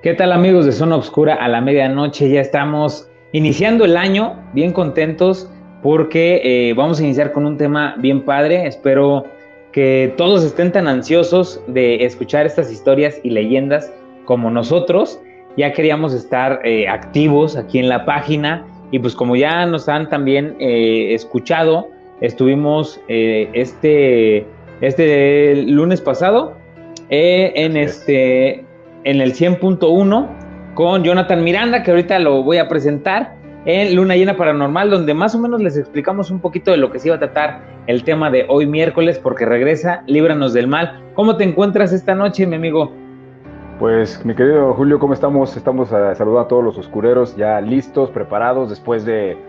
¿Qué tal amigos de Zona Obscura a la medianoche? Ya estamos iniciando el año, bien contentos porque vamos a iniciar con un tema bien padre. Espero que todos estén tan ansiosos de escuchar estas historias y leyendas como nosotros. Ya queríamos estar activos aquí en la página y pues como ya nos han también escuchado, estuvimos este lunes pasado en Así es. en el 100.1 con Jonathan Miranda, que ahorita lo voy a presentar en Luna Llena Paranormal, donde más o menos les explicamos un poquito de lo que se iba a tratar el tema de hoy miércoles, porque regresa Líbranos del Mal. ¿Cómo te encuentras esta noche, mi amigo? Pues, mi querido Julio, ¿cómo estamos? Estamos saludando a todos los oscureros, ya listos, preparados, después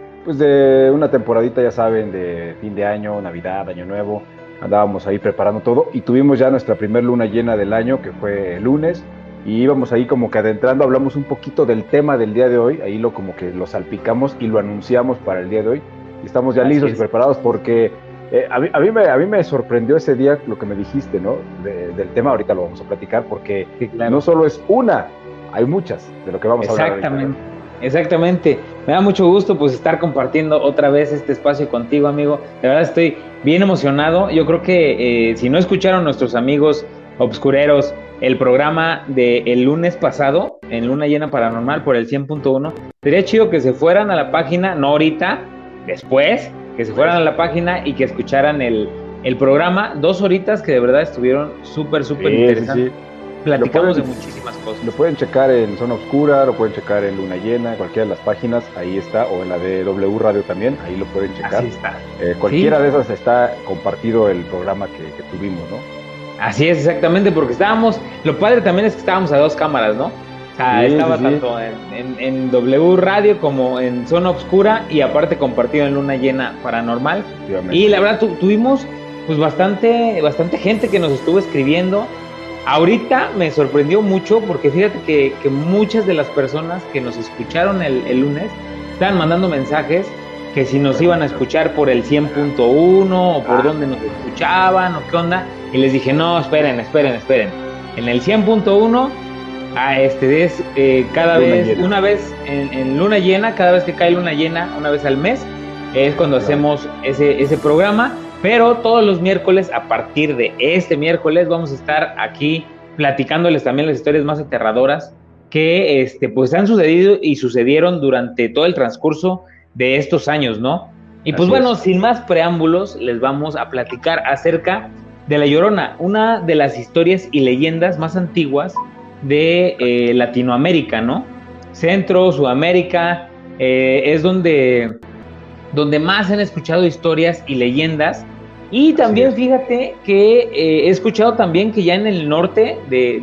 de una temporadita, ya saben, de fin de año, Navidad, Año Nuevo. Andábamos ahí preparando todo y tuvimos ya nuestra primer luna llena del año, que fue el lunes, y íbamos ahí como que adentrando, hablamos un poquito del tema del día de hoy, ahí como que lo salpicamos y lo anunciamos para el día de hoy, y estamos ya Así listos y es. preparados porque a mí me sorprendió ese día lo que me dijiste, ¿no? Del tema, ahorita lo vamos a platicar, porque Sí, no claro. solo es una, hay muchas de lo que vamos a hablar ahorita. Exactamente, exactamente. Me da mucho gusto pues estar compartiendo otra vez este espacio contigo, amigo. De verdad estoy bien emocionado. Yo creo que si no escucharon nuestros amigos obscureros el programa del lunes pasado en Luna Llena Paranormal por el 100.1, sería chido que se fueran a la página, no ahorita, después, que se fueran a Pues, la página y que escucharan el programa, 2 horitas que de verdad estuvieron súper, súper sí, sí, interesantes. sí. Lo Platicamos de pueden, muchísimas lo cosas. pueden checar en Zona Oscura, lo pueden checar en Luna Llena, en cualquiera de las páginas, ahí está, o en la de W Radio también, ahí lo pueden checar. Así está. Cualquiera Sí, de esas está compartido el programa que tuvimos, ¿no? así es exactamente, porque estábamos, lo padre también es que estábamos a dos cámaras, ¿no? O sea, Sí, sí, estaba sí, tanto en W Radio como en Zona Obscura y aparte compartido en Luna Llena Paranormal. Y la efectivamente. verdad tuvimos pues bastante gente que nos estuvo escribiendo. Ahorita me sorprendió mucho porque fíjate que muchas de las personas que nos escucharon el lunes estaban mandando mensajes que si nos iban a escuchar por el 100.1 o por Ah, dónde nos escuchaban o qué onda. Y les dije, no, esperen, esperen, esperen. En el 100.1, es cada luna vez, llena, una vez en luna llena, cada vez que cae luna llena, una vez al mes, es cuando efectivamente. hacemos ese programa. Pero todos los miércoles, a partir de este miércoles, vamos a estar aquí platicándoles también las historias más aterradoras que pues han sucedido y sucedieron durante todo el transcurso de estos años, ¿no? Y pues Así bueno, es. sin más preámbulos, les vamos a platicar acerca de La Llorona, una de las historias y leyendas más antiguas de Latinoamérica, ¿no? Centro, Sudamérica, es donde más han escuchado historias y leyendas. Y Así también es. fíjate que he escuchado también que ya en el norte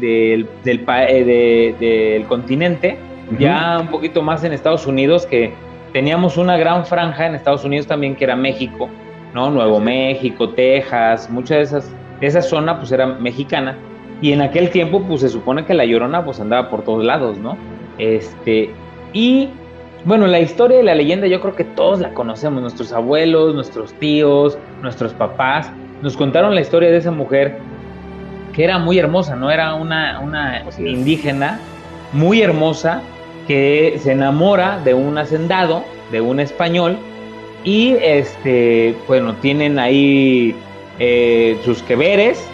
del continente, Ujú. ya un poquito más en Estados Unidos, que teníamos una gran franja en Estados Unidos también que era México, ¿no? Nuevo Así es. México, Texas, muchas de esa zona pues era mexicana. Y en aquel tiempo pues se supone que la Llorona pues andaba por todos lados, ¿no? Y bueno, la historia y la leyenda yo creo que todos la conocemos, nuestros abuelos, nuestros tíos, nuestros papás, nos contaron la historia de esa mujer que era muy hermosa, ¿no? Era una Así es. indígena muy hermosa que se enamora de un hacendado, de un español, y bueno, tienen ahí sus que veres.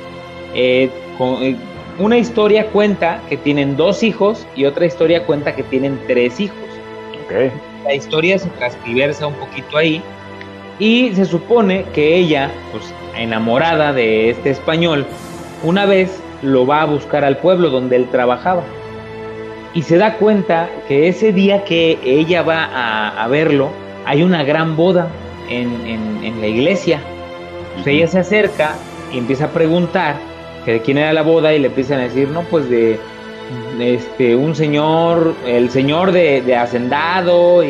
Una historia cuenta que tienen 2 hijos y otra historia cuenta que tienen 3 hijos. Ok. La historia se transgiversa un poquito ahí y se supone que ella, pues enamorada de este español, una vez lo va a buscar al pueblo donde él trabajaba y se da cuenta que ese día que ella va a verlo, hay una gran boda en la iglesia. Pues ella Ujú. se acerca y empieza a preguntar que de quién era la boda y le empiezan a decir, no, pues de un señor, el señor de hacendado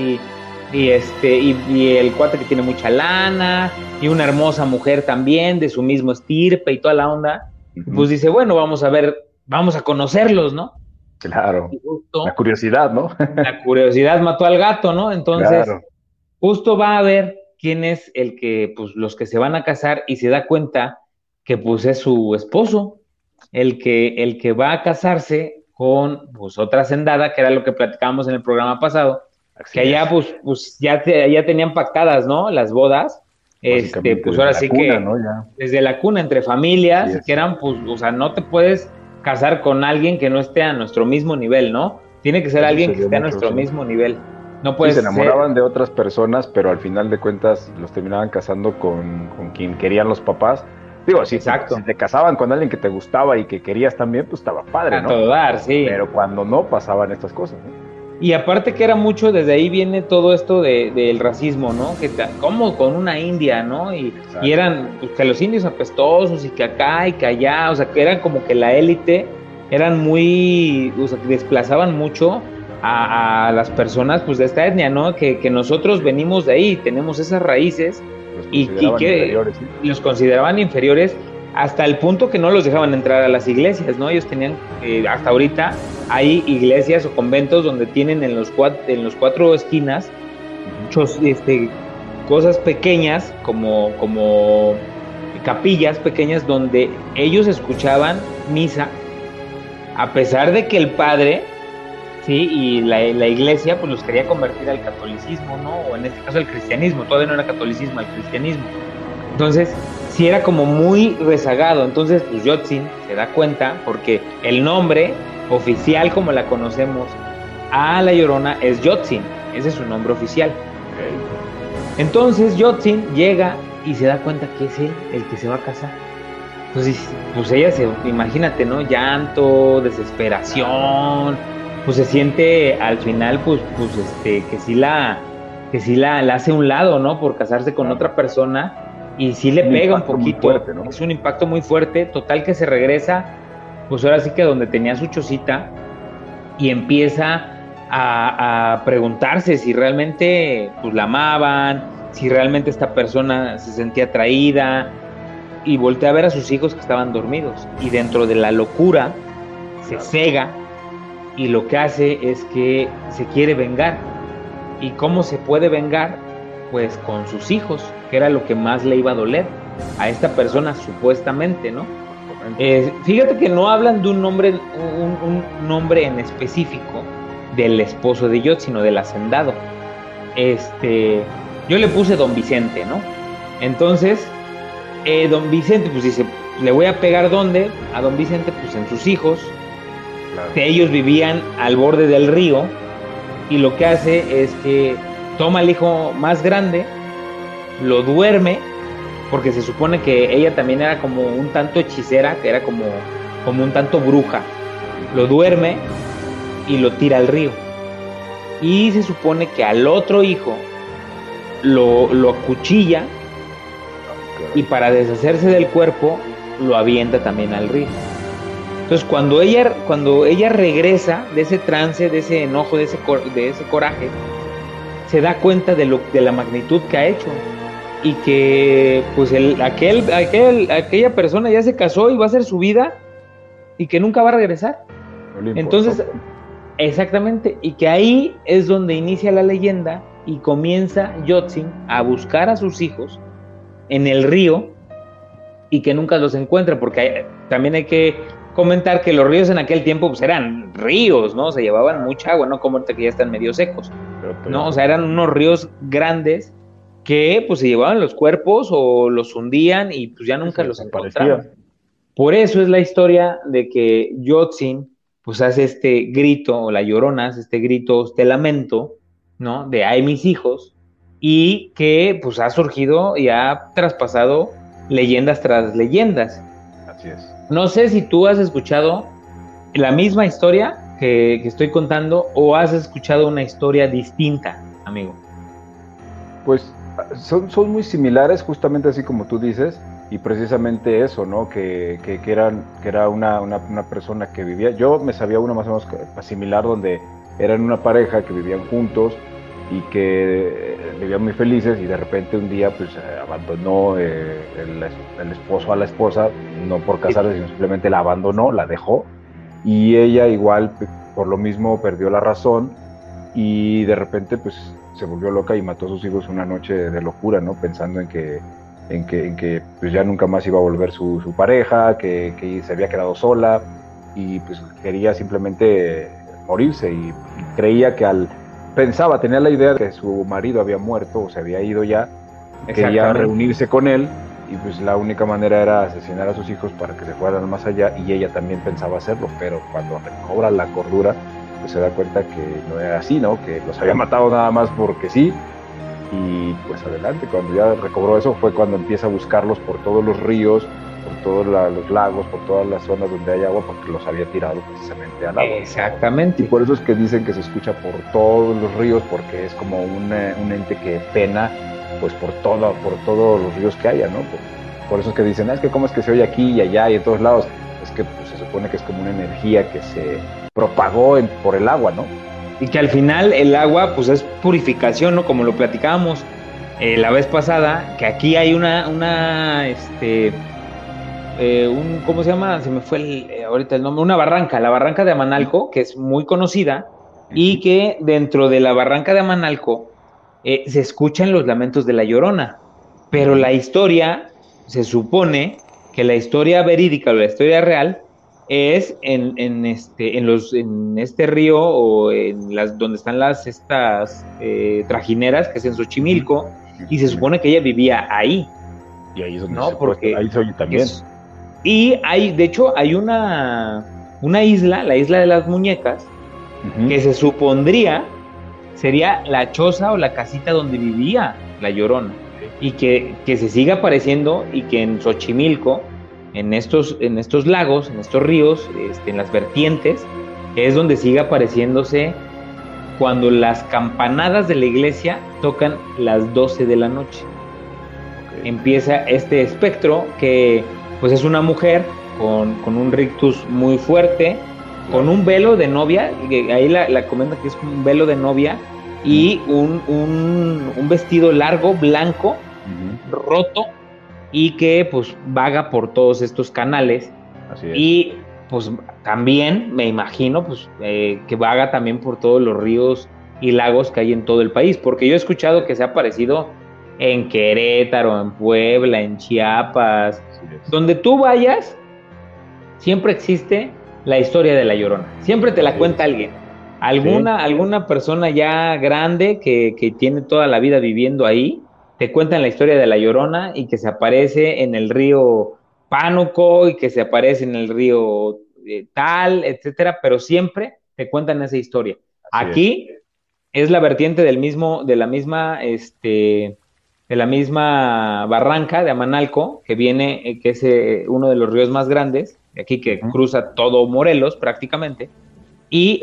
y el cuate que tiene mucha lana y una hermosa mujer también de su mismo estirpe y toda la onda. Y pues Ujú. dice, bueno, vamos a ver, vamos a conocerlos, ¿no? Claro. Y La justo curiosidad, ¿no? la curiosidad mató al gato, ¿no? Entonces, Claro. justo va a ver quién es el que, pues los que se van a casar y se da cuenta que pues es su esposo, el que va a casarse con pues otra hacendada, que era lo que platicábamos en el programa pasado, Así que allá es. pues ya, ya tenían pactadas, ¿no? Las bodas, Básicamente pues desde ahora la sí cuna, que ¿no? Ya. desde la cuna entre Así familias, y que es. eran pues, o sea, no te puedes casar con alguien que no esté a nuestro mismo nivel, ¿no? Tiene que ser Eso alguien se que dio esté a mucho, nuestro sí. mismo nivel. No Sí, se puedes ser, enamoraban de otras personas, pero al final de cuentas los terminaban casando con quien querían los papás. Digo, si exacto, te casaban con alguien que te gustaba y que querías también, pues estaba padre, a ¿no? todo dar, sí. Pero cuando no, pasaban estas cosas, ¿no? Y aparte que era mucho, desde ahí viene todo esto del racismo, ¿no? Como con una india, ¿no? Y Exacto. eran pues, que los indios apestosos y que acá y que allá, o sea, que eran como que la élite, eran muy, o sea, que desplazaban mucho a las personas pues de esta etnia, ¿no? Que nosotros venimos de ahí, tenemos esas raíces Los y consideraban que inferiores, ¿sí? los consideraban inferiores hasta el punto que no los dejaban entrar a las iglesias, ¿no? Ellos tenían, hasta ahorita, hay iglesias o conventos donde tienen en los cuatro esquinas muchos, cosas pequeñas como capillas pequeñas donde ellos escuchaban misa, a pesar de que el padre, sí, y la iglesia pues los quería convertir al catolicismo, ¿no? O en este caso al cristianismo, todavía no era catolicismo, al cristianismo. Entonces, sí era como muy rezagado. Entonces, pues Yotsin se da cuenta porque el nombre oficial como la conocemos a La Llorona es Yotsin. Ese es su nombre oficial. Ok. Entonces, Yotsin llega y se da cuenta que es él el que se va a casar. Entonces, pues ella imagínate, ¿no? Llanto, desesperación, pues se siente al final, que sí la hace a un lado, ¿no? Por casarse con Claro. otra persona y sí le Un pega un impacto muy poquito, fuerte, ¿no? es un impacto muy fuerte, total que se regresa, pues ahora sí que donde tenía su chocita y empieza a preguntarse si realmente, pues la amaban, si realmente esta persona se sentía atraída y voltea a ver a sus hijos que estaban dormidos y dentro de la locura se Claro. cega y lo que hace es que se quiere vengar. ¿Y cómo se puede vengar? Pues con sus hijos, que era lo que más le iba a doler a esta persona supuestamente, ¿no? Fíjate que no hablan de un nombre en específico del esposo de Yot, sino del hacendado. Yo le puse Don Vicente, ¿no? Entonces, Don Vicente, pues dice, le voy a pegar ¿dónde? A Don Vicente, pues en sus hijos, Claro. que ellos vivían al borde del río, y lo que hace es que toma al hijo más grande, lo duerme, porque se supone que ella también era como un tanto hechicera, que era como un tanto bruja, lo duerme y lo tira al río. Y se supone que al otro hijo lo acuchilla y para deshacerse del cuerpo lo avienta también al río. Entonces cuando ella regresa de ese trance, de ese enojo, de ese coraje, se da cuenta de la magnitud que ha hecho y que pues aquella persona ya se casó y va a hacer su vida y que nunca va a regresar. No le importó. Entonces, exactamente, y que ahí es donde inicia la leyenda y comienza Yotsin a buscar a sus hijos en el río y que nunca los encuentra, porque también hay que comentar que los ríos en aquel tiempo pues eran ríos, ¿no? Se llevaban mucha agua, no como ahorita que ya están medio secos, ¿no? O sea, eran unos ríos grandes que pues se llevaban los cuerpos o los hundían y pues ya nunca los encontraron. Por eso es la historia de que Yotsin pues hace este grito, o la Llorona hace este grito, este lamento, ¿no? De ay mis hijos, y que pues ha surgido y ha traspasado leyendas tras leyendas. Así es. No sé si tú has escuchado la misma historia que estoy contando o has escuchado una historia distinta, amigo. Pues son muy similares, justamente así como tú dices, y precisamente eso, ¿no? Que era una persona que vivía. Yo me sabía uno más o menos similar, donde eran una pareja que vivían juntos y que vivían muy felices, y de repente un día pues abandonó el esposo a la esposa, no por casarse, sino simplemente la abandonó, la dejó, y ella igual por lo mismo perdió la razón y de repente pues se volvió loca y mató a sus hijos una noche de locura, ¿no? Pensando en que pues ya nunca más iba a volver su pareja, que se había quedado sola. y pues quería simplemente morirse y creía que tenía la idea de que su marido había muerto o se había ido ya, quería reunirse con él y pues la única manera era asesinar a sus hijos para que se fueran más allá y ella también pensaba hacerlo, pero cuando recobra la cordura pues se da cuenta que no era así, ¿no? Que los había matado nada más porque sí. Y pues adelante, cuando ya recobró eso fue cuando empieza a buscarlos por todos los ríos, por todos los lagos, por todas las zonas donde hay agua, porque los había tirado precisamente al agua. Exactamente. Y por eso es que dicen que se escucha por todos los ríos, porque es como un ente que pena pues por todos los ríos que haya, ¿no? Por eso es que dicen, es que cómo es que se oye aquí y allá y en todos lados. Es que pues, se supone que es como una energía que se propagó por el agua, ¿no? Y que al final el agua pues es purificación, ¿no? Como lo platicábamos la vez pasada, que aquí hay ¿cómo se llama? Se me fue ahorita el nombre, una barranca, la barranca de Amanalco, que es muy conocida, y que dentro de la barranca de Amanalco se escuchan los lamentos de la Llorona, pero la historia, se supone que la historia verídica o la historia real es en este río o donde están estas trajineras, que es en Xochimilco, y se supone que ella vivía ahí. Y ahí es donde ¿no? Porque ahí soy también. Y de hecho, hay una isla, la isla de las muñecas, que se supondría sería la choza o la casita donde vivía la Llorona. Y que se siga apareciendo y que en Xochimilco, en estos lagos, en estos ríos, en las vertientes, es donde sigue apareciéndose cuando las campanadas de la iglesia tocan las 12 de la noche. Empieza este espectro que pues es una mujer con un rictus muy fuerte, con un velo de novia, ahí la comenta que es un velo de novia, y un vestido largo, blanco, roto, y que pues vaga por todos estos canales. Así es. Y pues también me imagino pues que vaga también por todos los ríos y lagos que hay en todo el país, porque yo he escuchado que se ha aparecido en Querétaro, en Puebla, en Chiapas, donde tú vayas, siempre existe la historia de la Llorona, siempre te la cuenta alguien, alguna persona ya grande que tiene toda la vida viviendo ahí, te cuentan la historia de la Llorona y que se aparece en el río Pánuco y que se aparece en el río tal, etcétera, pero siempre te cuentan esa historia. Aquí es la vertiente de la misma barranca de Amanalco, que viene, que es uno de los ríos más grandes, de aquí que cruza todo Morelos prácticamente, y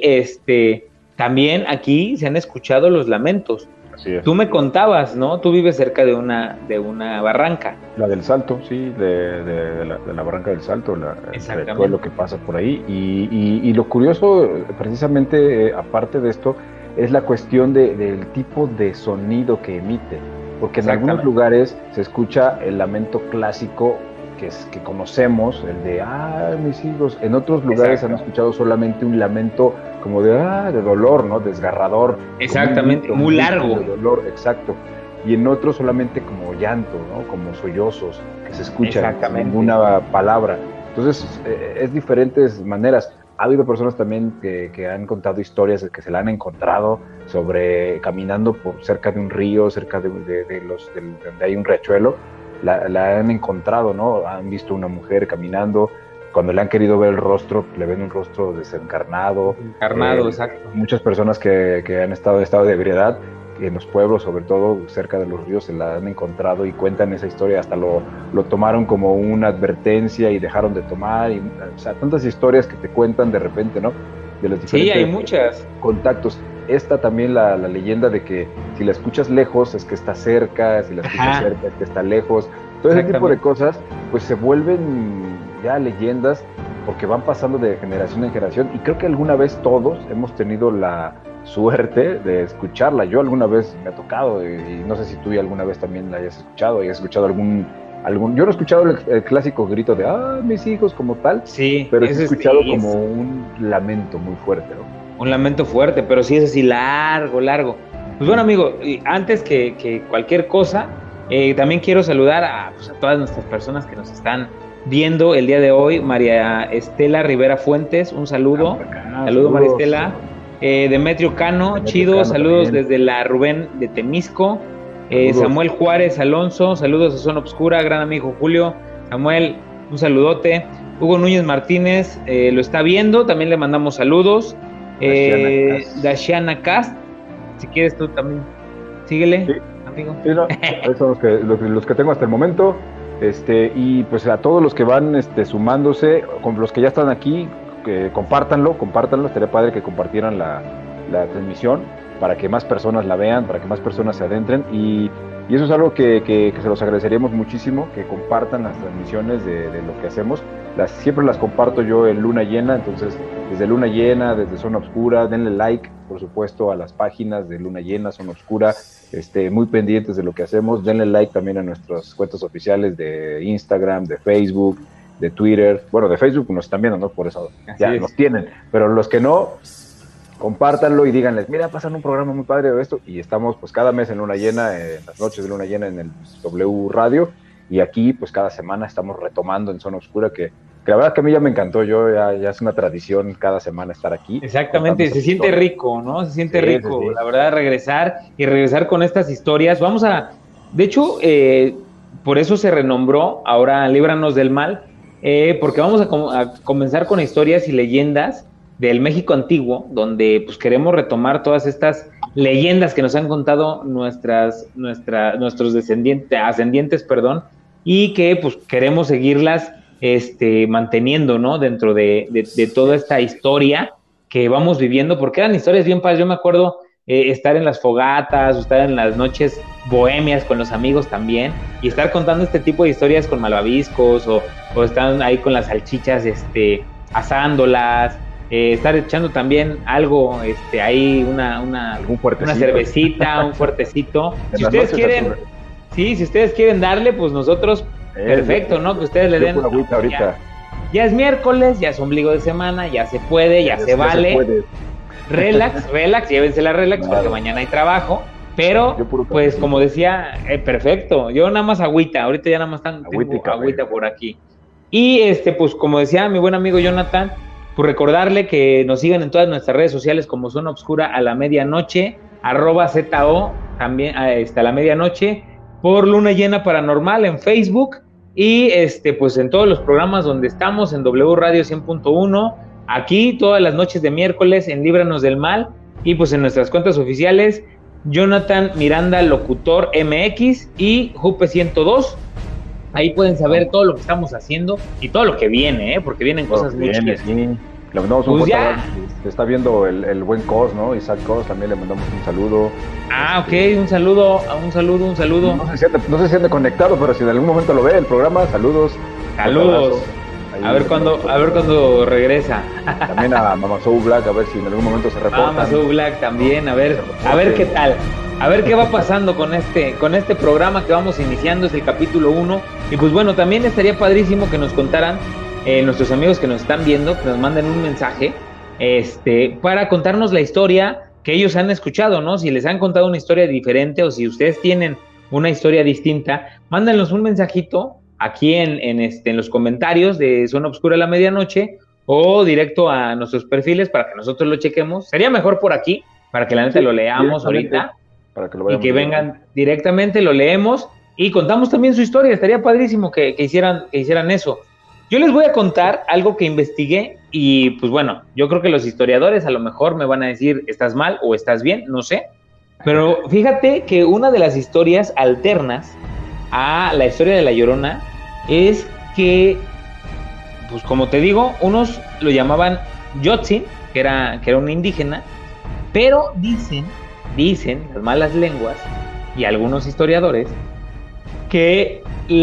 también aquí se han escuchado los lamentos. Así es. Tú me contabas, ¿no? Tú vives cerca de una barranca. La del Salto, sí, de la barranca del Salto, todo lo que pasa por ahí. Y lo curioso, precisamente, aparte de esto, es la cuestión del tipo de sonido que emite. Porque en algunos lugares se escucha el lamento clásico que conocemos, el de, mis hijos. En otros lugares han escuchado solamente un lamento como de dolor, ¿no? Desgarrador. Exactamente, muy largo. De dolor, exacto. Y en otros solamente como llanto, ¿no? Como sollozos, que se escuchan sin ninguna palabra. Entonces, es diferentes maneras. Ha habido personas también que han contado historias de que se la han encontrado caminando por cerca de un río, cerca de donde hay un riachuelo, la han encontrado, ¿no? Han visto una mujer caminando, cuando le han querido ver el rostro, le ven un rostro desencarnado. Exacto. Muchas personas que han estado en estado de ebriedad, en los pueblos, sobre todo cerca de los ríos, se la han encontrado y cuentan esa historia, hasta lo tomaron como una advertencia y dejaron de tomar, o sea, tantas historias que te cuentan de repente, ¿no? De los diferentes hay muchas contactos. Esta también la leyenda de que si la escuchas lejos es que está cerca, si la escuchas cerca es que está lejos. Todo ese tipo de cosas pues se vuelven ya leyendas porque van pasando de generación en generación, y creo que alguna vez todos hemos tenido la suerte de escucharla. Yo alguna vez me ha tocado, y no sé si tú alguna vez también la hayas escuchado, y has escuchado algún yo no he escuchado el clásico grito de mis hijos como tal, pero he escuchado como un lamento muy fuerte, ¿no? Un lamento fuerte, pero sí es así largo. Pues bueno, amigo, antes que cualquier cosa, también quiero saludar a todas nuestras personas que nos están viendo el día de hoy. María Estela Rivera Fuentes, un saludo. Saludos, María Estela. Demetrio Cano, chido, saludos también desde la Rubén de Temisco. Samuel Juárez Alonso, saludos a Zona Obscura, gran amigo Julio. Samuel, un saludote. Hugo Núñez Martínez lo está viendo, también le mandamos saludos. Dashiana Cast, si quieres tú también, síguele, sí, amigo. Sí, no, esos son los que tengo hasta el momento. Y pues a todos los que van sumándose, con los que ya están aquí, compártanlo, estaría padre que compartieran la transmisión para que más personas la vean, para que más personas se adentren, y eso es algo que se los agradeceríamos muchísimo, que compartan las transmisiones de lo que hacemos. Siempre las comparto yo en Luna Llena, entonces desde Luna Llena, desde Zona Obscura, denle like, por supuesto, a las páginas de Luna Llena, Zona Obscura, muy pendientes de lo que hacemos. Denle like también a nuestras cuentas oficiales de Instagram, de Facebook, de Twitter. Bueno, de Facebook nos están viendo, ¿no? Por eso ya nos tienen, pero los que no, compártanlo y díganles, mira, pasan un programa muy padre de esto, y estamos pues cada mes en Luna Llena, en las noches de Luna Llena en el W Radio, y aquí pues cada semana estamos retomando en Zona Oscura, que la verdad que a mí ya me encantó. Yo ya es una tradición cada semana estar aquí. Exactamente, se siente rico, ¿no? Se siente rico, sí. La verdad, regresar con estas historias. De hecho, por eso se renombró ahora Líbranos del Mal, porque vamos a comenzar con historias y leyendas del México antiguo, donde pues queremos retomar todas estas leyendas que nos han contado nuestros ascendientes, y que pues queremos seguirlas manteniendo, ¿no? Dentro de toda esta historia que vamos viviendo, porque eran historias bien padres. Yo me acuerdo estar en las fogatas, o estar en las noches bohemias con los amigos también, y estar contando este tipo de historias con malvaviscos, o estar ahí con las salchichas, asándolas, estar echando también algo, ahí una cervecita, un fuertecito. Si ustedes quieren darle, pues nosotros, perfecto, ¿no? Que ustedes le den. Ya es miércoles, ya es ombligo de semana, ya se puede, ya se vale. Relax, llévense la relax, claro, porque mañana hay trabajo. Pero, pues, como decía, perfecto. Yo nada más agüita, ahorita ya nada más tengo agüita por aquí. Y, pues, como decía mi buen amigo Jonathan, pues recordarle que nos sigan en todas nuestras redes sociales como Zona Obscura a la medianoche, @ZO, también a la medianoche, por Luna Llena Paranormal en Facebook, y pues en todos los programas donde estamos, en W Radio 100.1, aquí todas las noches de miércoles en Líbranos del Mal, y pues en nuestras cuentas oficiales, Jonathan Miranda Locutor MX y Jupe 102. Ahí pueden saber todo lo que estamos haciendo y todo lo que viene, porque vienen cosas muy chidas. Sí. Le mandamos un se está viendo el buen Cos, ¿no? Isaac Cos, también le mandamos un saludo. Ok, un saludo. No se siente conectado, pero si en algún momento lo ve el programa, saludos. A ver cuándo regresa. También a Mama Soul Black, a ver si en algún momento se reporta. Mama Soul Black también, a ver qué tal. A ver qué va pasando con este programa que vamos iniciando, es el capítulo 1. Y pues bueno, también estaría padrísimo que nos contaran nuestros amigos que nos están viendo, que nos manden un mensaje para contarnos la historia que ellos han escuchado, ¿no? Si les han contado una historia diferente, o si ustedes tienen una historia distinta, mándenos un mensajito aquí en los comentarios de Zona Obscura a la medianoche, o directo a nuestros perfiles para que nosotros lo chequemos. Sería mejor por aquí, para que la neta lo leamos ahorita, para que y que vengan directamente, lo leemos y contamos también su historia. Estaría padrísimo que hicieran eso. Yo les voy a contar algo que investigué, y pues bueno, yo creo que los historiadores a lo mejor me van a decir estás mal o estás bien, no sé, pero fíjate que una de las historias alternas a la historia de La Llorona es que, pues como te digo, unos lo llamaban Yotzin, que era un indígena, pero dicen las malas lenguas y algunos historiadores que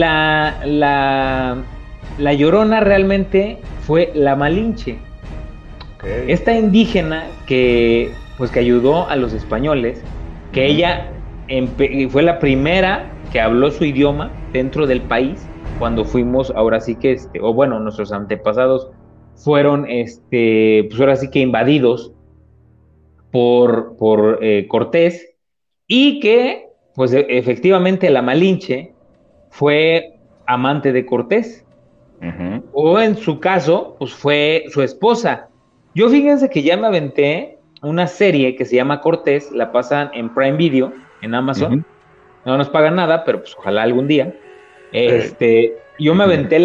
la Llorona realmente fue la Malinche. Okay. Esta indígena que ayudó a los españoles, que ella fue la primera que habló su idioma dentro del país cuando fuimos, ahora sí que nuestros antepasados fueron pues ahora sí que invadidos por Cortés, y que pues efectivamente la Malinche fue amante de Cortés. Ujú. o en su caso, pues fue su esposa. Yo fíjense que ya me aventé una serie que se llama Cortés, la pasan en Prime Video, en Amazon, Ujú. no nos pagan nada, pero pues ojalá algún día. Ey. Yo me aventé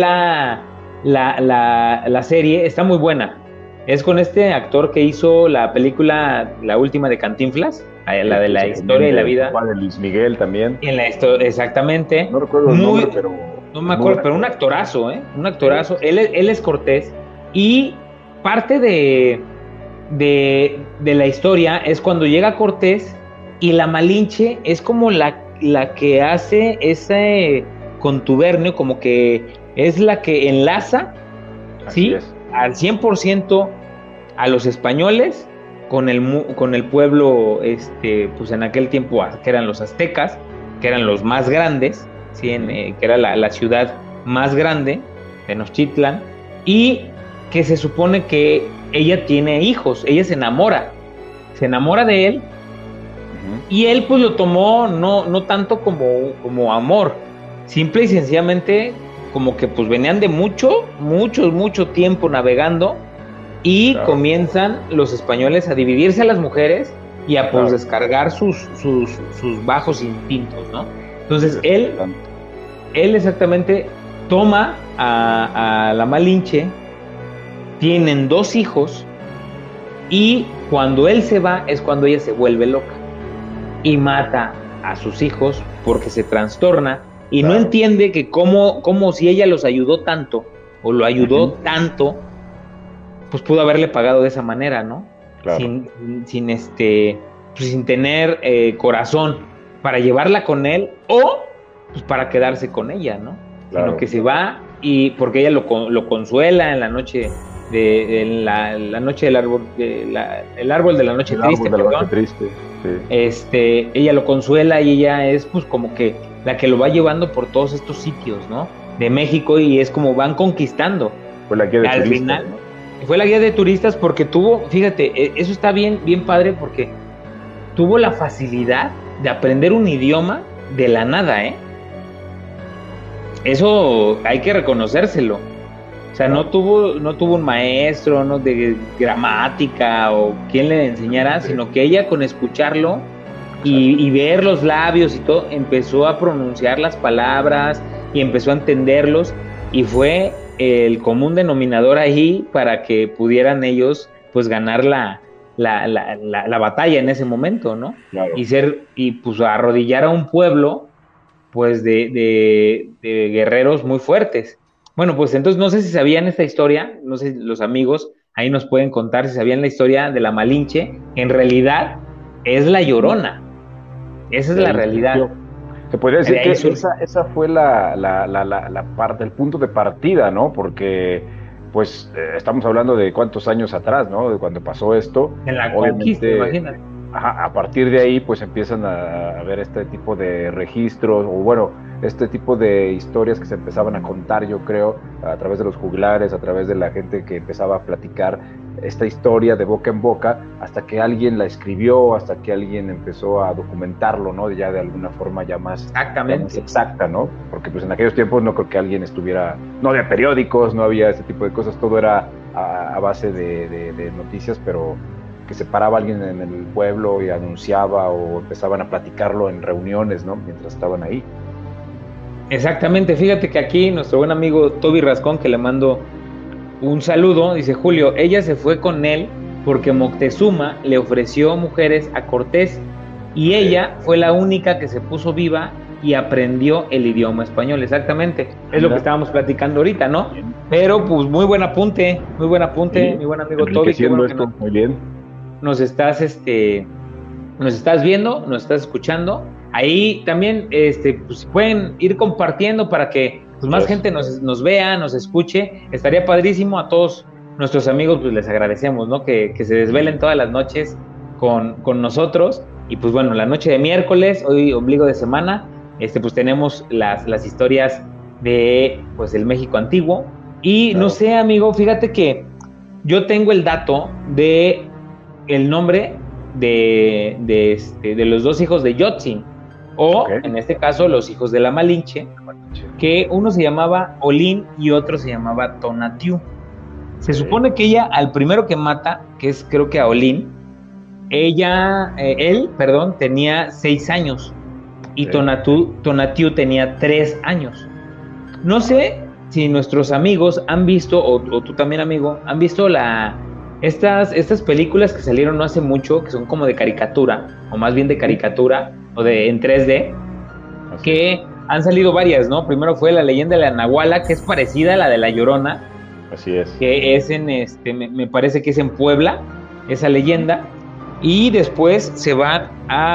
la serie, está muy buena. Es con este actor que hizo la película, la última de Cantinflas, la de Que la hizo también historia y la del vida. papá de Luis Miguel también. En la historia, exactamente. No recuerdo el nombre, Muy, pero no me es muy acuerdo, buen pero un actor. actorazo, ¿eh? Un Sí, actorazo. sí. Él es Cortés. Y parte de la historia es cuando llega Cortés y la Malinche es como la que hace ese contubernio, como que es la que enlaza, Así ¿sí? es. Al 100% a los españoles con el pueblo, pues en aquel tiempo que eran los aztecas, que eran los más grandes, ¿sí? Ujú. Que era la ciudad más grande, Tenochtitlan, y que se supone que ella tiene hijos, ella se enamora de él, Ujú. y él pues lo tomó no tanto como amor, simple y sencillamente como que pues venían de mucho tiempo navegando y Claro, comienzan los españoles a dividirse a las mujeres y a pues claro. descargar sus bajos instintos, ¿no? Sí, Entonces desconectando. él exactamente toma a la Malinche, tienen 2 hijos y cuando él se va es cuando ella se vuelve loca y mata a sus hijos porque se trastorna y no Claro. entiende que como si ella los ayudó tanto o lo ayudó Ujú. tanto, pues pudo haberle pagado de esa manera, ¿no? Claro, Sin tener corazón para llevarla con él o pues para quedarse con ella, ¿no? Sino claro. que se va y porque ella lo consuela en la noche la noche del árbol, el árbol de la noche El árbol triste, de la noche perdón. triste. Sí. Ella lo consuela y ella es pues como que la que lo va llevando por todos estos sitios, ¿no? De México y es como van conquistando. Fue la guía de Al turistas, final, ¿no? fue la guía de turistas porque tuvo, fíjate, eso está bien padre porque tuvo la facilidad de aprender un idioma de la nada, ¿eh? Eso hay que reconocérselo. O sea, Claro. no tuvo un maestro, no de gramática o quien le enseñara, Sí, sino que ella con escucharlo exacto. y ver los labios y todo, empezó a pronunciar las palabras y empezó a entenderlos y fue el común denominador ahí para que pudieran ellos pues ganar la batalla en ese momento, ¿no? Claro. Y pues arrodillar a un pueblo pues de guerreros muy fuertes. Bueno, pues entonces no sé si sabían esta historia, no sé si los amigos ahí nos pueden contar si sabían la historia de la Malinche, que en realidad es la Ujú. Llorona, esa es De la ahí realidad, surgió. Se podría de decir que ahí surge. esa fue la parte, el punto de partida, ¿no? Porque, pues, estamos hablando de cuántos años atrás, ¿no? De cuando pasó esto. En la conquista, Obviamente, imagínate. ajá, a partir de ahí, pues empiezan a ver este tipo de registros, o bueno, este tipo de historias que se empezaban a contar, yo creo, a través de los juglares, a través de la gente que empezaba a platicar esta historia de boca en boca, hasta que alguien la escribió, hasta que alguien empezó a documentarlo, ¿no? Ya de alguna forma ya más Exactamente. exacta, ¿no? Porque pues en aquellos tiempos no creo que alguien estuviera, no había periódicos, no había este tipo de cosas, todo era a base de noticias, pero que se paraba alguien en el pueblo y anunciaba o empezaban a platicarlo en reuniones, ¿no? Mientras estaban ahí. Exactamente. Fíjate que aquí nuestro buen amigo Toby Rascón, que le mando un saludo, dice Julio, ella se fue con él porque Moctezuma le ofreció mujeres a Cortés y Sí. ella fue la única que se puso viva y aprendió el idioma español, exactamente. Ah, Es lo que mira, estábamos platicando ahorita, ¿no? bien. Pero pues muy buen apunte, Sí, mi buen amigo Toby, qué enriqueciendo bueno que esto, muy bien. nos estás, nos estás viendo, nos estás escuchando. Ahí también, pues pueden ir compartiendo para que pues, más Yes. gente nos vea, nos escuche. Estaría padrísimo. A todos nuestros amigos, pues les agradecemos, ¿no? Que se desvelen todas las noches con nosotros. Y pues bueno, la noche de miércoles, hoy ombligo de semana, pues tenemos las historias de pues el México antiguo. Y no Claro. sé, amigo, fíjate que yo tengo el dato de el nombre de los 2 hijos de Yotzin. O, Ok. en este caso, los hijos de la Malinche, que uno se llamaba Olín y otro se llamaba Tonatiuh. Se supone que ella, al primero que mata, que es creo que a Olín, él, perdón, tenía 6 años y Ok. Tonatiuh tenía 3 años. No sé si nuestros amigos han visto, o tú también, amigo, han visto estas películas que salieron no hace mucho, que son como de caricatura, o más bien de caricatura, o en 3D, Así es. que han salido varias, ¿no? Primero fue La leyenda de la Nahuala, que es parecida a la de La Llorona, Así es. que es me parece que es en Puebla, esa leyenda, y después se van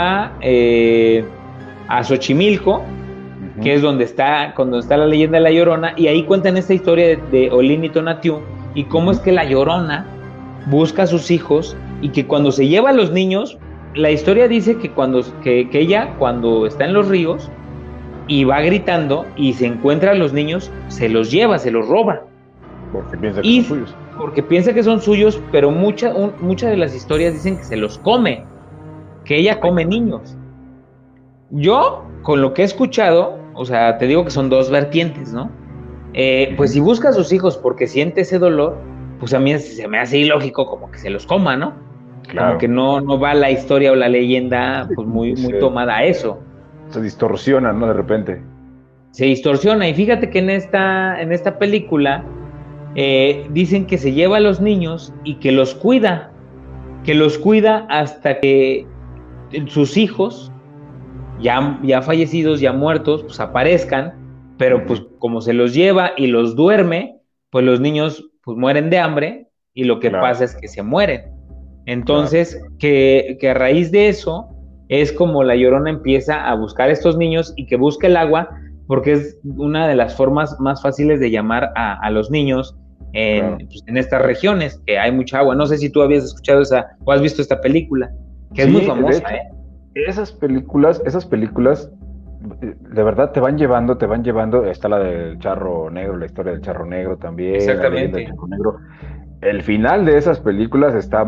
a Xochimilco, que es cuando está la leyenda de la Llorona, y ahí cuentan esta historia de Olín y Tonatiuh, y cómo es que la Llorona busca a sus hijos, y que cuando se lleva a los niños, la historia dice que ella, cuando está en los ríos, y va gritando, y se encuentra a los niños, se los lleva, se los roba. Porque piensa que Y son suyos. porque piensa que son suyos, pero muchas de las historias dicen que se los come, que ella come niños. Yo, con lo que he escuchado, o sea, te digo que son dos vertientes, ¿no? Pues si busca a sus hijos porque siente ese dolor, pues a mí se me hace ilógico como que se los coma, ¿no? Como Claro. que no va la historia o la leyenda pues muy tomada a eso. Se distorsiona, ¿no? De repente. Se distorsiona. Y fíjate que en esta película dicen que se lleva a los niños y que los cuida hasta que sus hijos, ya fallecidos, ya muertos, pues aparezcan, pero pues como se los lleva y los duerme, pues los niños pues mueren de hambre y lo que pasa es que se mueren. Entonces, que a raíz de eso es como la Llorona empieza a buscar a estos niños y que busca el agua, porque es una de las formas más fáciles de llamar a los niños pues, en estas regiones, que hay mucha agua. No sé si tú habías escuchado o has visto esta película, que es muy famosa, de hecho, esas películas, de verdad te van llevando, está la del charro negro, la historia del charro negro también, la leyenda del Exactamente. charro negro. El final de esas películas está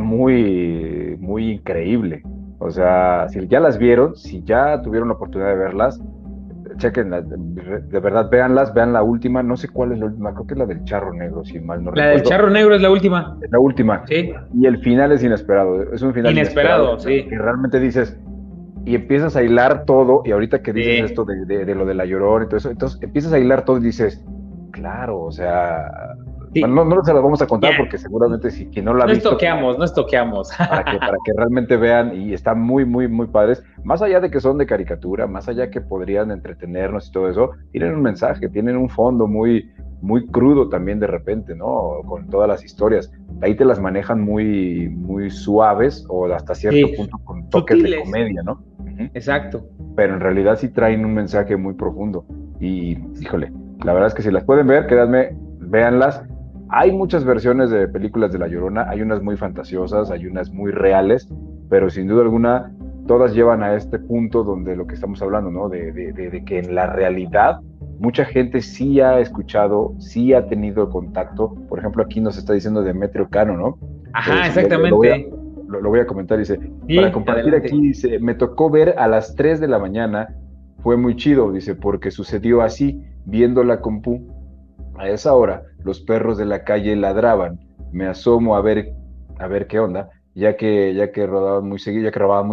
muy, muy increíble. O sea, si ya las vieron, si ya tuvieron la oportunidad de verlas, chequenlas, de verdad, véanlas, vean la última, no sé cuál es la última, creo que es la del charro negro, si mal no La del recuerdo. charro negro es la última. Es la última. Sí. Y el final es inesperado, es un final inesperado, sí. que realmente dices, y empiezas a hilar todo, y ahorita que dices esto de lo de la Llorona y todo eso, entonces empiezas a hilar todo y dices, claro, o sea, Sí. bueno, no se las vamos a contar porque seguramente si quien no la ha visto, no estoqueamos. para que realmente vean, y están muy, muy, muy padres, más allá de que son de caricatura, más allá que podrían entretenernos y todo eso, tienen un mensaje, tienen un fondo muy, muy crudo también de repente, ¿no? Con todas las historias. Ahí te las manejan muy, muy suaves o hasta cierto punto con toques de comedia, ¿no? Exacto. Pero en realidad sí traen un mensaje muy profundo. Y, híjole, la verdad es que si las pueden ver, créanme, véanlas. Hay muchas versiones de películas de La Llorona, hay unas muy fantasiosas, hay unas muy reales, pero sin duda alguna todas llevan a este punto donde lo que estamos hablando, ¿no? De que en la realidad mucha gente sí ha escuchado, sí ha tenido contacto. Por ejemplo, aquí nos está diciendo Demetrio Cano, ¿no? Ajá, exactamente. Lo voy a comentar, dice, Sí, para compartir adelante. aquí, dice, me tocó ver a las 3 de la mañana, fue muy chido, dice, porque sucedió así, viendo la compu, a esa hora los perros de la calle ladraban, me asomo a ver qué onda, ya que rodaban muy seguido,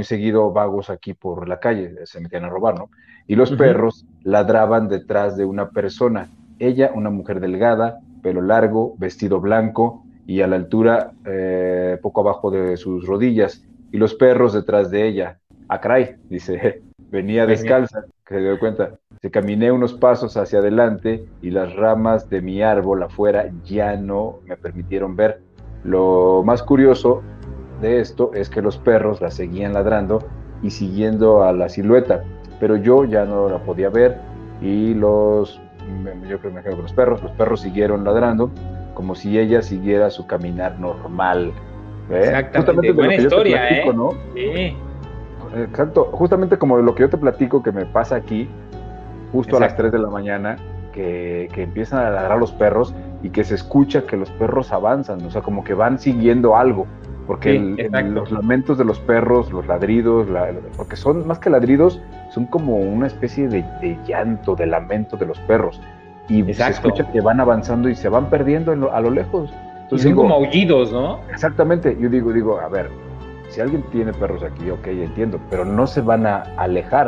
vagos aquí por la calle, se metían a robar, ¿no? Y los perros ladraban detrás de una persona, ella, una mujer delgada, pelo largo, vestido blanco y a la altura poco abajo de sus rodillas, y los perros detrás de ella. Ah, caray, dice, venía descalza, que se dio cuenta. Se caminé unos pasos hacia adelante y las ramas de mi árbol afuera ya no me permitieron ver. Lo más curioso de esto es que los perros la seguían ladrando y siguiendo a la silueta, pero yo ya no la podía ver y yo creo que los perros siguieron ladrando como si ella siguiera su caminar normal. Exactamente. Justamente buena historia, platico, ¿no? Sí. Exacto, justamente como de lo que yo te platico que me pasa aquí, justo a las 3 de la mañana, que empiezan a ladrar los perros y que se escucha que los perros avanzan, o sea, como que van siguiendo algo. porque Sí, los lamentos de los perros, los ladridos, porque son más que ladridos, son como una especie de llanto, de lamento de los perros. Y se exacto. escucha que van avanzando y se van perdiendo a lo lejos. Y Entonces son digo, como aullidos, ¿no? exactamente, yo digo, a ver, si alguien tiene perros aquí, ok, entiendo, pero no se van a alejar.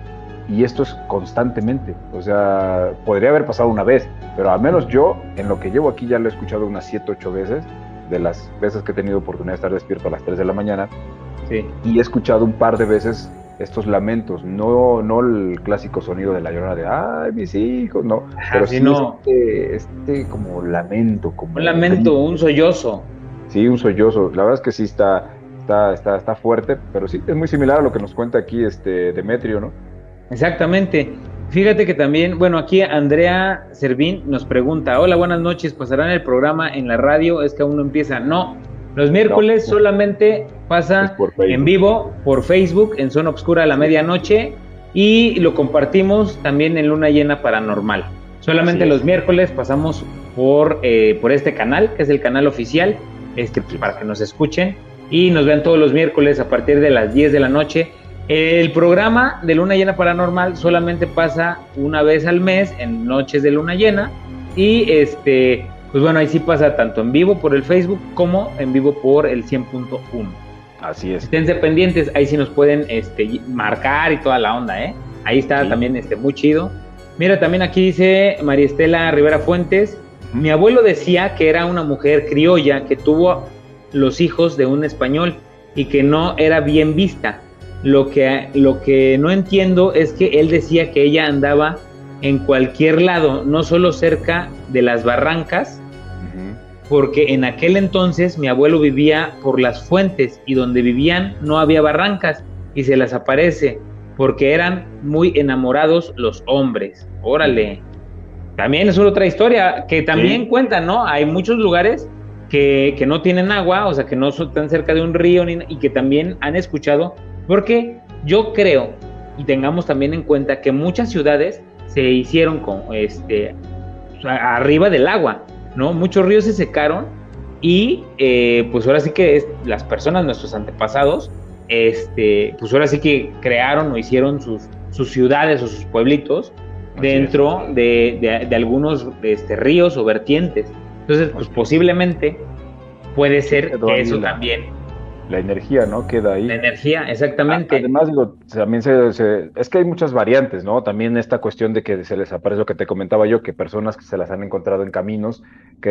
Y esto es constantemente. O sea, podría haber pasado una vez, pero al menos yo, en lo que llevo aquí, ya lo he escuchado unas 7, 8 veces, de las veces que he tenido oportunidad de estar despierto a las 3 de la mañana, Sí. y he escuchado un par de veces estos lamentos, no el clásico sonido de la llorona de ¡ay, mis hijos! No, Ajá, pero sí, sí no. este como lamento, Un como lamento, grito. un sollozo. Sí, un sollozo. La verdad es que sí está fuerte, pero sí, es muy similar a lo que nos cuenta aquí Demetrio, ¿no? Exactamente. Fíjate que también, bueno, aquí Andrea Servín nos pregunta, hola, buenas noches, ¿pasarán el programa en la radio? Es que aún no empieza. No, los No, miércoles solamente es pasa por en Facebook. vivo por Facebook, en Zona Obscura a la Así es. medianoche, y lo compartimos también en Luna Llena Paranormal. Así Solamente es. los miércoles pasamos por este canal, que es el canal oficial, Así para es. que nos escuchen y nos vean todos los miércoles a partir de las 10 de la noche. El programa de Luna Llena Paranormal solamente pasa una vez al mes en noches de Luna Llena y pues bueno, ahí sí pasa tanto en vivo por el Facebook como en vivo por el 100.1. Así es. Esténse pendientes, ahí sí nos pueden marcar y toda la onda, ¿eh? Ahí está Sí. también muy chido. Mira, también aquí dice María Estela Rivera Fuentes, mi abuelo decía que era una mujer criolla que tuvo los hijos de un español y que no era bien vista. Lo que no entiendo es que él decía que ella andaba en cualquier lado, no solo cerca de las barrancas, porque en aquel entonces mi abuelo vivía por las fuentes y donde vivían no había barrancas y se las aparece porque eran muy enamorados los hombres. Órale. También es otra historia que también Sí. cuentan, ¿no? Hay muchos lugares que no tienen agua, o sea, que no son tan cerca de un río y que también han escuchado, porque yo creo, y tengamos también en cuenta que muchas ciudades se hicieron con arriba del agua, ¿no? Muchos ríos se secaron y pues ahora sí que las personas, nuestros antepasados, pues ahora sí que crearon o hicieron sus ciudades o sus pueblitos dentro de algunos ríos o vertientes. Entonces, pues posiblemente puede ser que eso también. La energía, ¿no? Queda ahí. La energía, exactamente. Además, digo, también es que hay muchas variantes, ¿no? También esta cuestión de que se les aparece lo que te comentaba yo, que personas que se las han encontrado en caminos,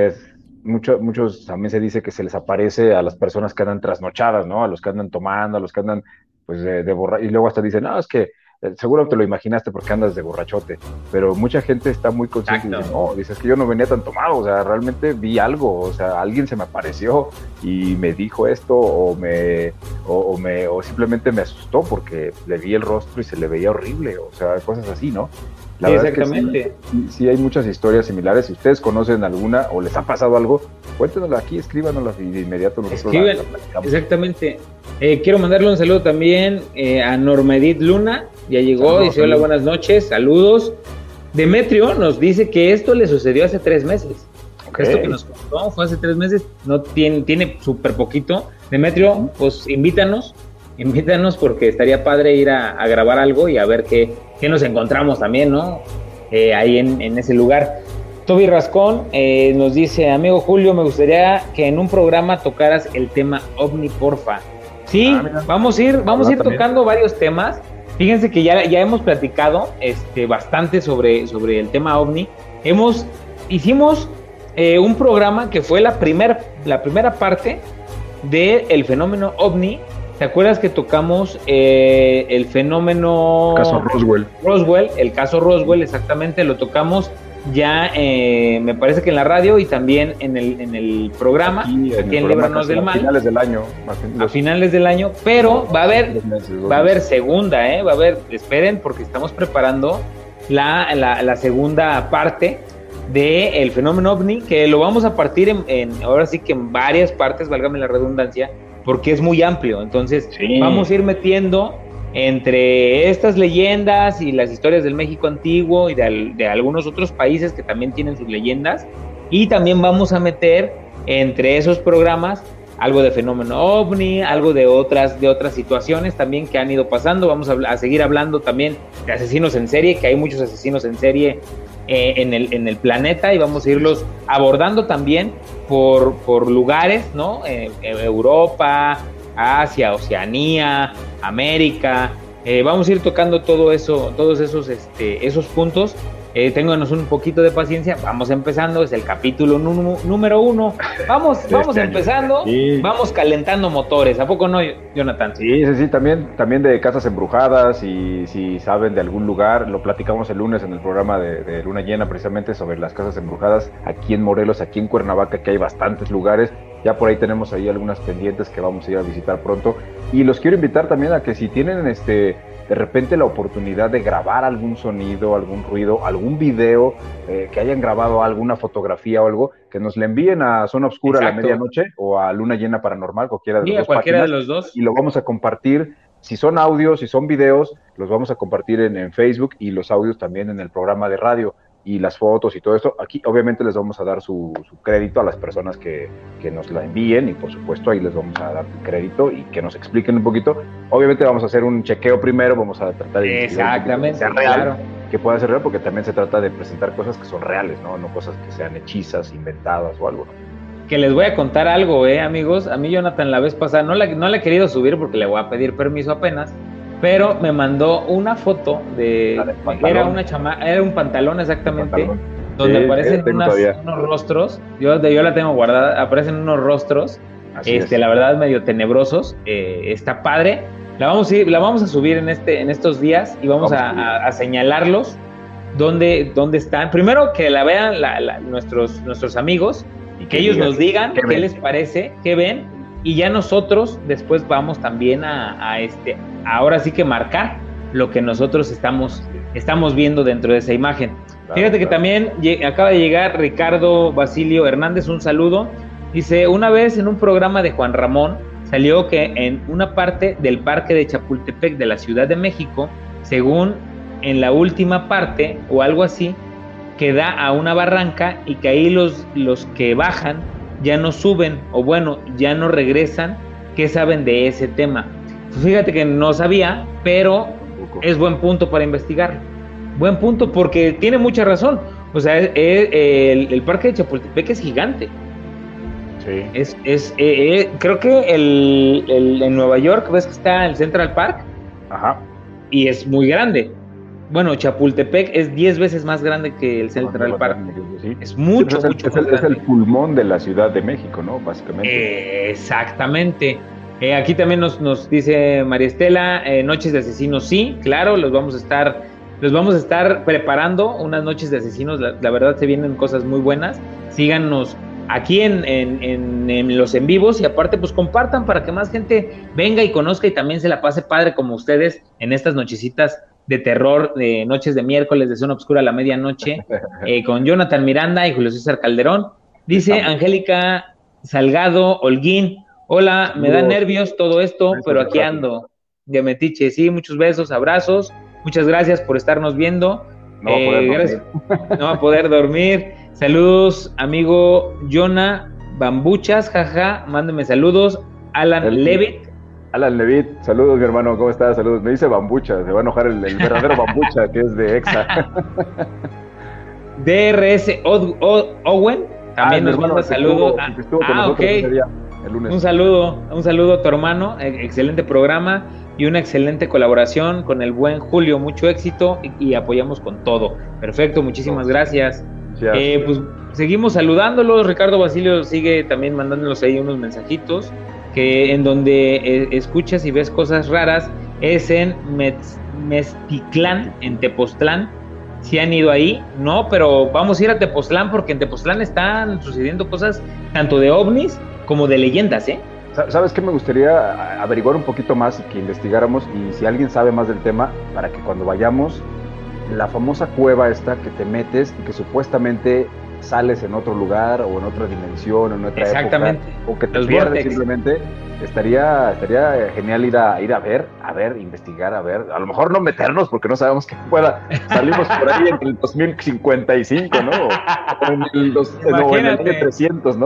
muchos también se dice que se les aparece a las personas que andan trasnochadas, ¿no? A los que andan tomando, a los que andan, pues, y luego hasta dicen, no, es que seguro te lo imaginaste porque andas de borrachote, pero mucha gente está muy consciente y dice, no, dices que yo no venía tan tomado, o sea, realmente vi algo, o sea, alguien se me apareció y me dijo esto o simplemente me asustó porque le vi el rostro y se le veía horrible, o sea, cosas así, ¿no? La verdad exactamente. Es que sí hay muchas historias similares. Si ustedes conocen alguna o les ha pasado algo, cuéntenosla aquí, escríbanosla y de inmediato nosotros la platicamos. Exactamente. Quiero mandarle un saludo también a Normedit Luna, ya llegó, Saludos, dice hola, buenas noches, saludos. Demetrio nos dice que esto le sucedió hace 3 meses. Okay. Esto que nos contó fue hace 3 meses, no tiene súper poquito. Demetrio, pues invítanos porque estaría padre ir a grabar algo y a ver qué nos encontramos también, ¿no? Ahí en ese lugar. Toby Rascón nos dice, amigo Julio, me gustaría que en un programa tocaras el tema OVNI, porfa. Sí, vamos a ir tocando varios temas. Fíjense que ya hemos platicado bastante sobre el tema OVNI. Hicimos un programa que fue la primera parte del fenómeno OVNI. ¿Te acuerdas que tocamos el fenómeno... Caso Roswell. El caso Roswell, exactamente, lo tocamos ya, me parece que en la radio y también en el programa, aquí en Líbranos del Mal. A finales del año. A finales del año, pero va a haber segunda, va a haber, esperen, porque estamos preparando la segunda parte del fenómeno OVNI, que lo vamos a partir ahora sí que en varias partes, válgame la redundancia, porque es muy amplio. Entonces vamos a ir metiendo entre estas leyendas y las historias del México antiguo y de algunos otros países que también tienen sus leyendas, y también vamos a meter entre esos programas algo de fenómeno ovni, algo de otras situaciones también que han ido pasando. Vamos a seguir hablando también de asesinos en serie, que hay muchos asesinos en serie en el planeta, y vamos a irlos abordando también por lugares, ¿no? Europa, Asia, Oceanía, América. Vamos a ir tocando todo eso, todos esos puntos. Ténganos un poquito de paciencia, vamos empezando, es el capítulo número 1, vamos empezando, sí. Vamos calentando motores, ¿a poco no, Jonathan? Sí, también de casas embrujadas, y si saben de algún lugar, lo platicamos el lunes en el programa de Luna Llena, precisamente sobre las casas embrujadas aquí en Morelos, aquí en Cuernavaca, que hay bastantes lugares. Ya por ahí tenemos ahí algunas pendientes que vamos a ir a visitar pronto, y los quiero invitar también a que si tienen de repente la oportunidad de grabar algún sonido, algún ruido, algún video, que hayan grabado alguna fotografía o algo, que nos le envíen a Zona Oscura. Exacto. A la medianoche, o a Luna Llena Paranormal, cualquiera de, cualquiera de los dos, y lo vamos a compartir. Si son audios, si son videos, los vamos a compartir en Facebook, y los audios también en el programa de radio, y las fotos y todo esto. Aquí obviamente les vamos a dar su crédito a las personas que nos la envíen, y por supuesto ahí les vamos a dar crédito y que nos expliquen un poquito. Obviamente vamos a hacer un chequeo primero, vamos a tratar de exactamente, que sea real, claro, que pueda ser real, porque también se trata de presentar cosas que son reales, no cosas que sean hechizas, inventadas o algo, ¿no? Que les voy a contar algo, amigos. A mí Jonathan la vez pasada no la he querido subir porque le voy a pedir permiso apenas, pero me mandó una foto era un pantalón, exactamente, donde aparecen unos rostros. Yo la tengo guardada, aparecen unos rostros, la verdad medio tenebrosos. Está padre. La vamos a subir en estos días, y vamos a señalarlos dónde están. Primero que la vean nuestros amigos, y que ellos nos digan qué les parece, qué ven, y ya nosotros después vamos también ahora sí que marcar lo que nosotros estamos viendo dentro de esa imagen. Claro, fíjate que también acaba de llegar Ricardo Basilio Hernández, un saludo. Dice: una vez en un programa de Juan Ramón salió que en una parte del parque de Chapultepec de la Ciudad de México, según en la última parte o algo así, que da a una barranca, y que ahí los que bajan ya no suben, o bueno, ya no regresan. ¿Qué saben de ese tema? Pues fíjate que no sabía, pero es buen punto para investigar. Buen punto, porque tiene mucha razón. O sea, el parque de Chapultepec es gigante. Sí. Creo que en Nueva York, ves que está el Central Park. Ajá. Y es muy grande. Bueno, Chapultepec es 10 veces más grande que el Central Park. Sí. Es mucho, mucho más grande. Es el pulmón de la Ciudad de México, ¿no? Básicamente. Exactamente. Aquí también nos dice María Estela, Noches de Asesinos, sí, claro, los vamos a estar preparando unas Noches de Asesinos. La verdad se vienen cosas muy buenas. Síganos aquí en los en vivos, y aparte pues compartan para que más gente venga y conozca, y también se la pase padre como ustedes en estas nochecitas de terror, de noches de miércoles de Zona Oscura a la medianoche, con Jonathan Miranda y Julio César Calderón. Dice Angélica Salgado Holguín: hola, me da nervios todo esto, pero aquí ando de metiche. Sí, muchos besos, abrazos, muchas gracias por estarnos viendo. No va a poder dormir. Saludos, amigo Jonah Bambuchas, jaja, mándeme saludos. Alan Levitt, saludos mi hermano, ¿cómo estás? Saludos. Me dice Bambucha, se va a enojar el verdadero Bambucha, que es de EXA. DRS Owen también nos manda saludos. Ok. El lunes. Un saludo a tu hermano, excelente programa y una excelente colaboración con el buen Julio, mucho éxito, y apoyamos con todo. Perfecto, muchísimas gracias. Pues seguimos saludándolos. Ricardo Basilio sigue también mandándonos ahí unos mensajitos, que en donde escuchas y ves cosas raras es en Meztitlán, en Tepoztlán. ¿Sí han ido ahí? No, pero vamos a ir a Tepoztlán, porque en Tepoztlán están sucediendo cosas tanto de ovnis como de leyendas, ¿eh? ¿Sabes qué? Me gustaría averiguar un poquito más y que investigáramos, y si alguien sabe más del tema, para que cuando vayamos, la famosa cueva esta que te metes y que supuestamente sales en otro lugar o en otra dimensión o en otra época, o que te pierdes simplemente. Estaría genial ir a ver, investigar, a ver, a lo mejor no meternos porque no sabemos qué pueda, salimos por ahí en el 2055, ¿no? O en el año 300, ¿no?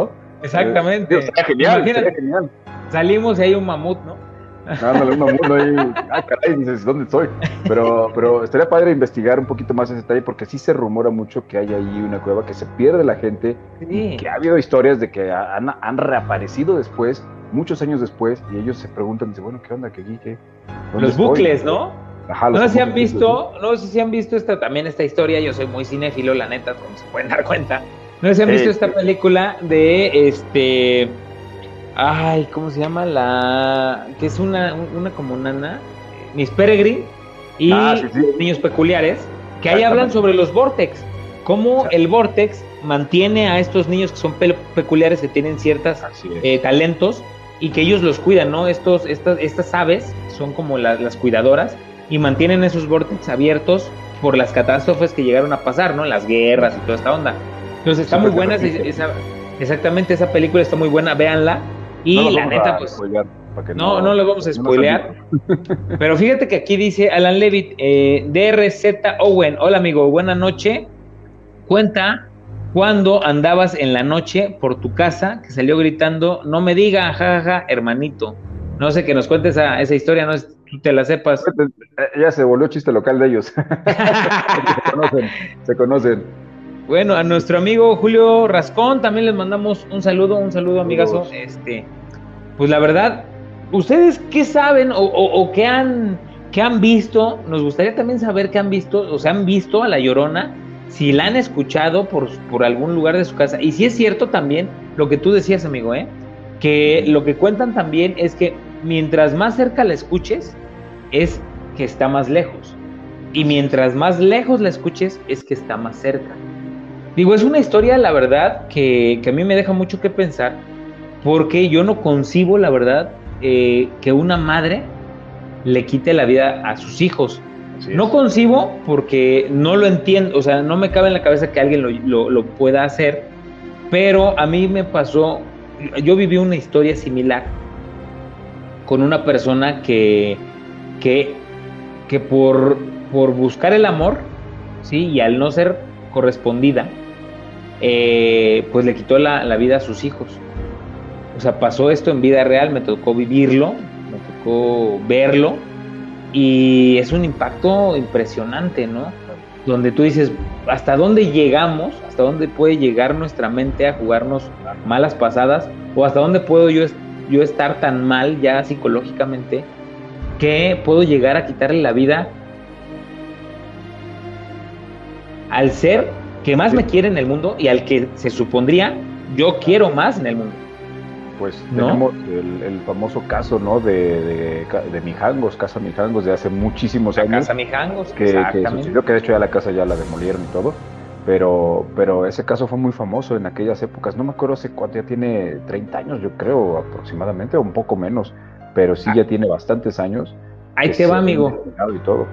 Exactamente. Sería genial, Imagínate, sería genial. salimos y hay un mamut, ¿no? Ándale, un mamut ahí, caray, dices, ¿dónde estoy? Pero estaría padre investigar un poquito más ese detalle, porque sí se rumora mucho que hay ahí una cueva que se pierde la gente, y Sí. que ha habido historias de que han reaparecido después, muchos años después, y ellos se preguntan, dicen, bueno, ¿qué onda? ¿Dónde Los estoy? bucles, ¿no? Ajá, No los sé si han famosos bucles, visto, no sé si han visto esta historia, yo soy muy cinéfilo, la neta, como se pueden dar cuenta. No sé si han visto esta película de ay, ¿cómo se llama? Que es una como nana, Miss Peregrine y sí. los niños peculiares, que ahí hablan sobre los Vortex, cómo el Vortex mantiene a estos niños que son peculiares, que tienen ciertos talentos, y que ellos los cuidan, ¿no? Estas aves son como las cuidadoras, y mantienen esos Vortex abiertos por las catástrofes que llegaron a pasar, ¿no? Las guerras y toda esta onda. Entonces está muy buena, exactamente, esa película está muy buena, véanla. Y la neta, pues, no lo vamos a spoilear. Pero fíjate que aquí dice Alan Levitt, DRZ Owen, hola amigo, buena noche. Cuenta cuando andabas en la noche por tu casa, que salió gritando, no me diga, jajaja, hermanito. No sé, que nos cuentes esa historia, no sé si tú te la sepas. Ya se volvió chiste local de ellos. Se conocen. Bueno, a nuestro amigo Julio Rascón también les mandamos un saludo amigazo. Pues la verdad, ¿ustedes qué saben o qué han visto? Nos gustaría también saber qué han visto, o sea, han visto a La Llorona, si la han escuchado por algún lugar de su casa. Y si es cierto también lo que tú decías, amigo, que lo que cuentan también es que mientras más cerca la escuches, es que está más lejos. Y mientras más lejos la escuches, es que está más cerca. Digo, es una historia, la verdad, que a mí me deja mucho que pensar, porque yo no concibo, la verdad, que una madre le quite la vida a sus hijos. No concibo porque no lo entiendo, o sea, no me cabe en la cabeza que alguien lo pueda hacer, pero a mí me pasó, yo viví una historia similar con una persona que por buscar el amor, ¿sí? Y al no ser correspondida, pues le quitó la vida a sus hijos. O sea, pasó esto en vida real, me tocó vivirlo, me tocó verlo, y es un impacto impresionante, ¿no? Donde tú dices, ¿hasta dónde llegamos? ¿Hasta dónde puede llegar nuestra mente a jugarnos malas pasadas? ¿O hasta dónde puedo yo estar tan mal ya psicológicamente que puedo llegar a quitarle la vida al ser que más me quiere en el mundo y al que se supondría yo quiero más en el mundo? Pues tenemos el famoso caso, ¿no? De Mijangos, Casa Mijangos, de hace muchísimos años. Casa Mijangos, que sucedió, que de hecho ya la casa ya la demolieron y todo, pero ese caso fue muy famoso en aquellas épocas. No me acuerdo hace cuánto, ya tiene 30 años, yo creo, aproximadamente, o un poco menos, pero sí ya tiene bastantes años. Ahí te va, amigo. Y todo.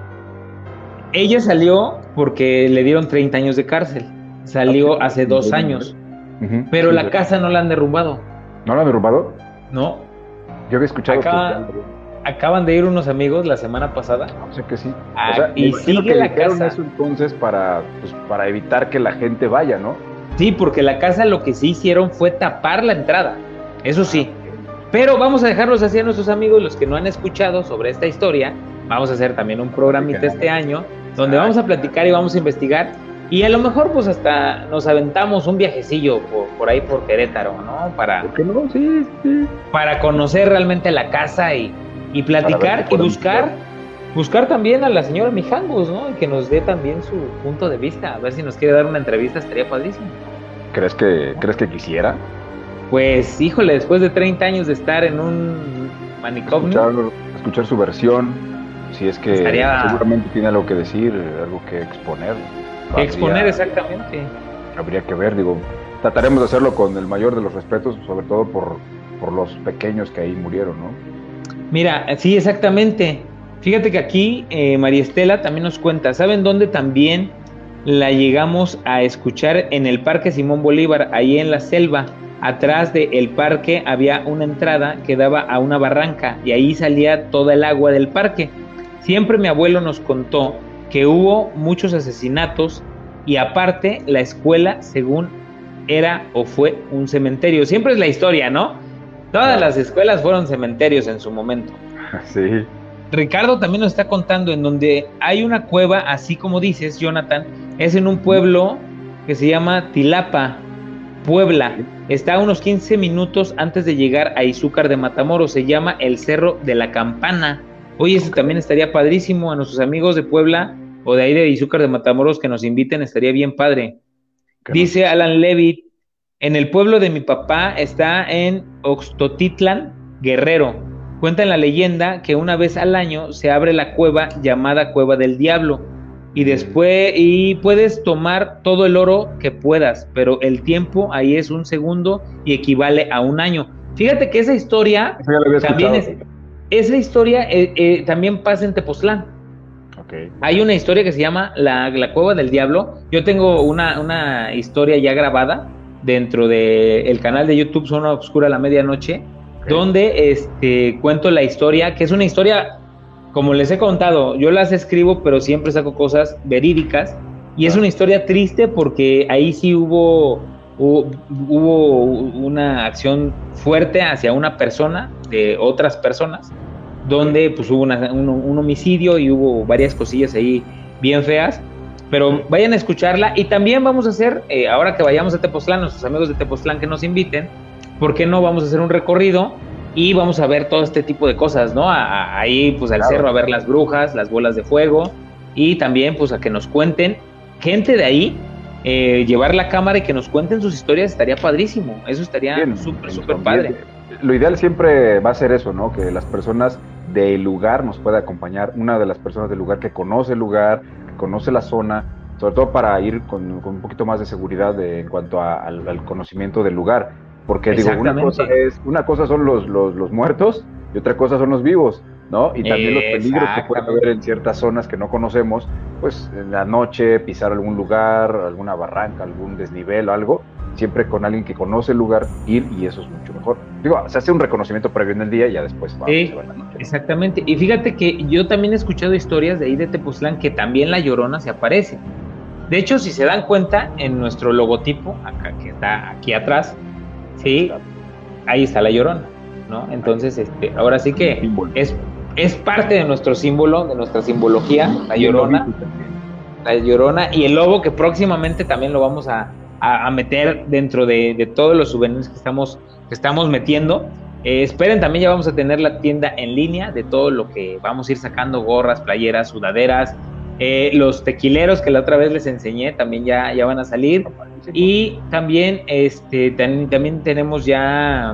Ella salió porque le dieron 30 años de cárcel. Salió hace 2 años. Pero la casa no la han derrumbado. ¿No la han derrumbado? No. Yo había escuchado acaban de ir unos amigos la semana pasada. No sé que sí. O sea, y sigue la casa. Eso entonces para evitar que la gente vaya, ¿no? Sí, porque la casa lo que sí hicieron fue tapar la entrada. Eso sí. Pero vamos a dejarlos así a nuestros amigos, los que no han escuchado sobre esta historia. Vamos a hacer también un programita este año donde vamos a platicar y vamos a investigar. Y a lo mejor pues hasta nos aventamos un viajecillo por ahí por Querétaro, ¿no? ¿Por qué no? Sí. Para conocer realmente la casa y platicar y buscar también a la señora Mijangos, ¿no? Y que nos dé también su punto de vista. A ver si nos quiere dar una entrevista, estaría padrísimo. ¿Crees que quisiera? Pues, híjole, después de 30 años de estar en un manicomio, escuchar su versión, si es que seguramente tiene algo que decir, algo que exponer. Exactamente. Habría que ver, trataremos de hacerlo con el mayor de los respetos, sobre todo por los pequeños que ahí murieron, ¿no? Mira, sí, exactamente. Fíjate que aquí María Estela también nos cuenta, ¿saben dónde también la llegamos a escuchar? En el Parque Simón Bolívar, ahí en la selva. Atrás del parque había una entrada que daba a una barranca y ahí salía toda el agua del parque. Siempre mi abuelo nos contó que hubo muchos asesinatos y aparte la escuela, según era o fue un cementerio. Siempre es la historia, ¿no? Todas las escuelas fueron cementerios en su momento. Sí. Ricardo también nos está contando en donde hay una cueva, así como dices, Jonathan, es en un pueblo que se llama Tilapa, Puebla. Está a unos 15 minutos antes de llegar a Izúcar de Matamoros. Se llama el Cerro de la Campana. Oye, ese también estaría padrísimo. A nuestros amigos de Puebla o de ahí de Izúcar de Matamoros que nos inviten, estaría bien padre. Dice Alan Levitt, en el pueblo de mi papá está en Oxtotitlán, Guerrero. Cuenta en la leyenda que una vez al año se abre la cueva llamada Cueva del Diablo y después puedes tomar todo el oro que puedas, pero el tiempo ahí es un segundo y equivale a un año. Fíjate que esa historia también pasa en Tepoztlán. Okay. Hay una historia que se llama la Cueva del Diablo. Yo tengo una historia ya grabada dentro del canal de YouTube Zona Oscura a la Medianoche, donde cuento la historia, que es una historia, como les he contado, yo las escribo, pero siempre saco cosas verídicas, y es una historia triste porque ahí sí hubo una acción fuerte hacia una persona de otras personas, donde pues hubo un homicidio y hubo varias cosillas ahí bien feas, pero vayan a escucharla. Y también vamos a hacer, ahora que vayamos a Tepoztlán, nuestros amigos de Tepoztlán que nos inviten, ¿por qué no vamos a hacer un recorrido y vamos a ver todo este tipo de cosas, ¿no? Ahí pues al cerro a ver las brujas, las bolas de fuego, y también pues a que nos cuenten gente de ahí, llevar la cámara y que nos cuenten sus historias, estaría padrísimo. Eso estaría súper padre. Lo ideal siempre va a ser eso, ¿no? Que las personas del lugar nos pueda acompañar, una de las personas del lugar que conoce el lugar, que conoce la zona, sobre todo para ir con un poquito más de seguridad en cuanto al conocimiento del lugar, porque digo, una cosa son los muertos y otra cosa son los vivos, ¿no? Y también los peligros que puede haber en ciertas zonas que no conocemos, pues en la noche pisar algún lugar, alguna barranca, algún desnivel o algo, siempre con alguien que conoce el lugar, ir, y eso es mucho mejor. Digo, se hace un reconocimiento previo en el día y ya después vamos a ver la noche. Exactamente, y fíjate que yo también he escuchado historias de ahí de Tepoztlán que también la Llorona se aparece. De hecho, si se dan cuenta, en nuestro logotipo, acá que está aquí atrás, sí, ahí está la Llorona, ¿no? Entonces, ahora sí que es parte de nuestro símbolo, de nuestra simbología, la Llorona, y el lobo, que próximamente también lo vamos a meter dentro de todos los souvenirs que estamos metiendo. Esperen, también ya vamos a tener la tienda en línea de todo lo que vamos a ir sacando: gorras, playeras, sudaderas, los tequileros que la otra vez les enseñé también ya van a salir, y también también tenemos ya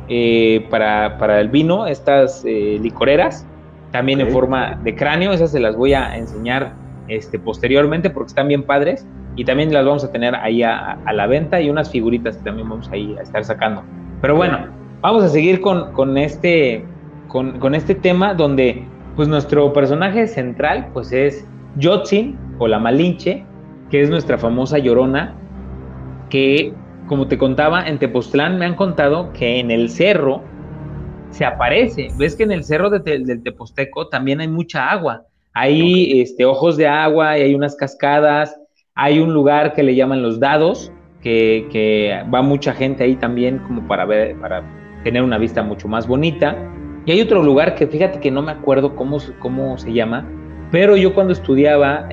para el vino estas licoreras también en forma de cráneo. Esas se las voy a enseñar posteriormente porque están bien padres, y también las vamos a tener ahí a la venta, y unas figuritas que también vamos ahí a estar sacando. Pero bueno, vamos a seguir con este tema, donde pues nuestro personaje central pues es Yotzin, o la Malinche, que es nuestra famosa Llorona, que, como te contaba, en Tepoztlán me han contado que en el cerro se aparece. Ves que en el cerro del Tepozteco también hay mucha agua, hay ojos de agua, y hay unas cascadas. Hay un lugar que le llaman Los Dados, que va mucha gente ahí también, como para tener una vista mucho más bonita. Y hay otro lugar que fíjate que no me acuerdo cómo se llama, pero yo cuando estudiaba,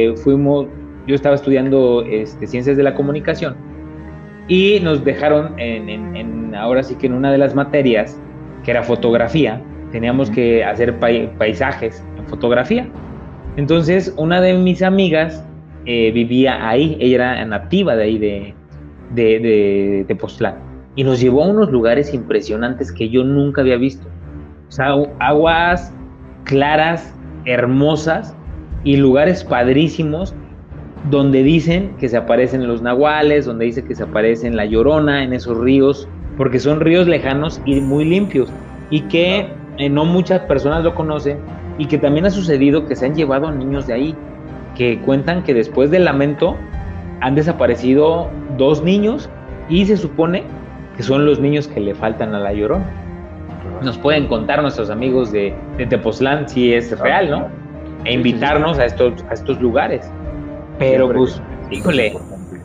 yo estaba estudiando Ciencias de la Comunicación, y nos dejaron ahora sí que en una de las materias, que era fotografía, teníamos que hacer paisajes en fotografía. Entonces, una de mis amigas vivía ahí, ella era nativa de ahí de Tepoztlán, y nos llevó a unos lugares impresionantes que yo nunca había visto. O sea, aguas claras, hermosas, y lugares padrísimos, donde dicen que se aparecen los nahuales, donde dice que se aparecen la Llorona en esos ríos, porque son ríos lejanos y muy limpios, y que no muchas personas lo conocen, y que también ha sucedido que se han llevado a niños de ahí, que cuentan que después del lamento han desaparecido 2 niños, y se supone que son los niños que le faltan a la Llorona. Nos pueden contar nuestros amigos de Tepoztlán si es real, ¿no? E invitarnos a estos lugares. Pero pues, híjole,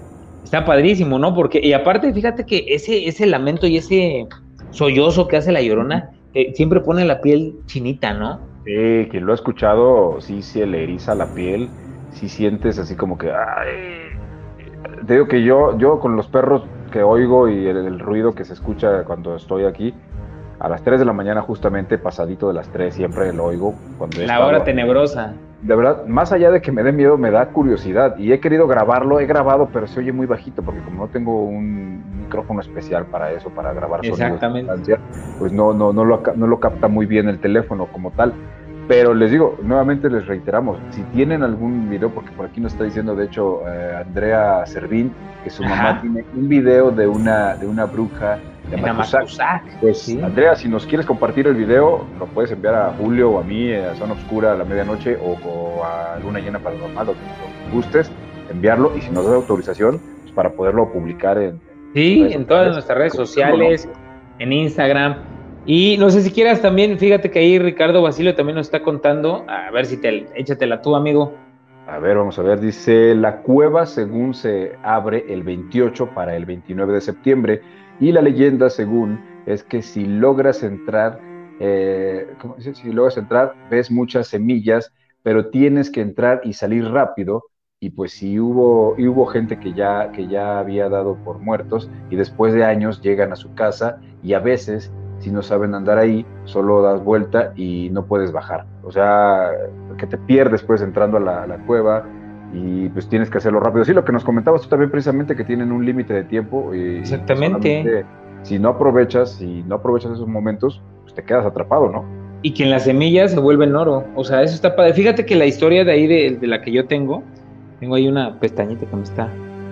está padrísimo, ¿no? Porque, y aparte, fíjate que ese lamento y ese sollozo que hace la Llorona, siempre pone la piel chinita, ¿no? Quien lo ha escuchado, sí se le eriza la piel, sí sientes así como que, ay. Te digo que yo con los perros que oigo y el ruido que se escucha cuando estoy aquí, a las 3 de la mañana justamente, pasadito de las 3, siempre lo oigo cuando he La estado. hora tenebrosa. De verdad, más allá de que me dé miedo, me da curiosidad y he querido grabarlo, he grabado, pero se oye muy bajito porque como no tengo un micrófono especial para eso, para grabar sonidos a Exactamente. distancia, pues no lo capta muy bien el teléfono como tal. Pero les digo, nuevamente les reiteramos, si tienen algún video, porque por aquí nos está diciendo, de hecho, Andrea Servín, que su mamá tiene un video de una bruja de Macusac. Pues, ¿sí? Andrea, si nos quieres compartir el video, lo puedes enviar a Julio o a mí, a Zona Oscura a la medianoche, o a Luna Llena Paranormal, lo que gustes, enviarlo, y si nos das autorización, pues para poderlo publicar en todas nuestras redes sociales, en Instagram. Y no sé si quieras también, fíjate que ahí Ricardo Basilio también nos está contando, a ver si échatela tú, amigo. A ver, vamos a ver, dice, la cueva según se abre el 28 para el 29 de septiembre, y la leyenda según es que si logras entrar, ¿cómo dice? Si logras entrar, ves muchas semillas, pero tienes que entrar y salir rápido, y pues sí hubo gente que ya había dado por muertos, y después de años llegan a su casa, y a veces, si no saben andar ahí, solo das vuelta y no puedes bajar. O sea, que te pierdes pues entrando a la cueva y pues tienes que hacerlo rápido. Sí, lo que nos comentabas tú también precisamente, que tienen un límite de tiempo. Y exactamente. Si no aprovechas esos momentos, pues te quedas atrapado, ¿no? Y que en las semillas se vuelven oro. O sea, eso está padre. Fíjate que la historia de ahí de la que yo tengo ahí una pestañita que me está...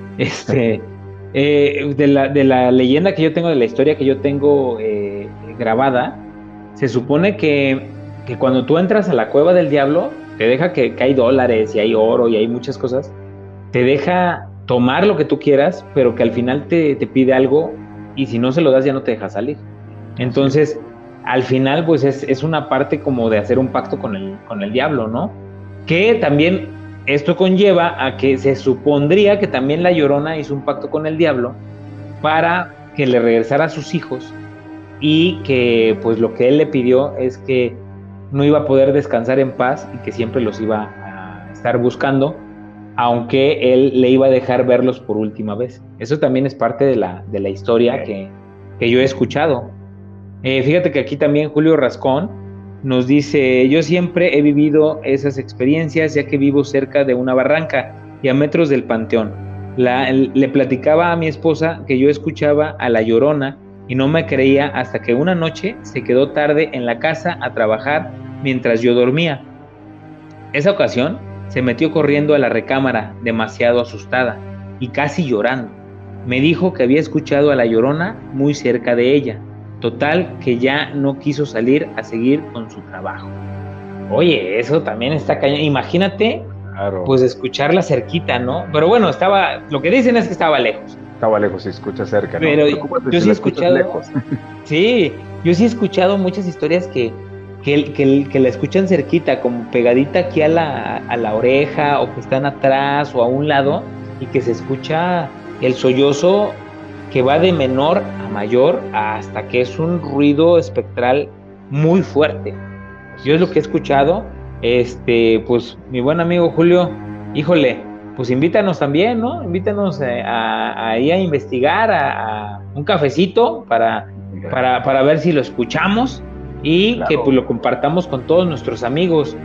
de la leyenda que yo tengo, de la historia que yo tengo grabada, se supone que cuando tú entras a la cueva del diablo, te deja que hay dólares y hay oro y hay muchas cosas, te deja tomar lo que tú quieras, pero que al final te pide algo y si no se lo das ya no te deja salir. Entonces, al final pues es una parte como de hacer un pacto con el diablo, ¿no? Que también esto conlleva a que se supondría que también la Llorona hizo un pacto con el diablo para que le regresara a sus hijos y que pues lo que él le pidió es que no iba a poder descansar en paz y que siempre los iba a estar buscando, aunque él le iba a dejar verlos por última vez. Eso también es parte de la historia que yo he escuchado. Fíjate que aquí también Julio Rascón nos dice, yo siempre he vivido esas experiencias ya que vivo cerca de una barranca y a metros del panteón. Le platicaba a mi esposa que yo escuchaba a la Llorona y no me creía hasta que una noche se quedó tarde en la casa a trabajar mientras yo dormía. Esa ocasión se metió corriendo a la recámara demasiado asustada y casi llorando. Me dijo que había escuchado a la Llorona muy cerca de ella. Total, que ya no quiso salir a seguir con su trabajo. Oye, eso también está cañón. Imagínate, claro, pues escucharla cerquita, ¿no? Pero bueno, lo que dicen es que estaba lejos. Estaba lejos, se escucha cerca, ¿no? Pero yo sí he escuchado, sí, yo sí he escuchado muchas historias que la escuchan cerquita, como pegadita aquí a la oreja, o que están atrás o a un lado, y que se escucha el sollozo que va de menor a mayor hasta que es un ruido espectral muy fuerte. Yo es lo que he escuchado. Pues mi buen amigo Julio, híjole, pues invítanos también, ¿no? Invítanos ahí a investigar, a un cafecito para ver si lo escuchamos y claro, que pues lo compartamos con todos nuestros amigos.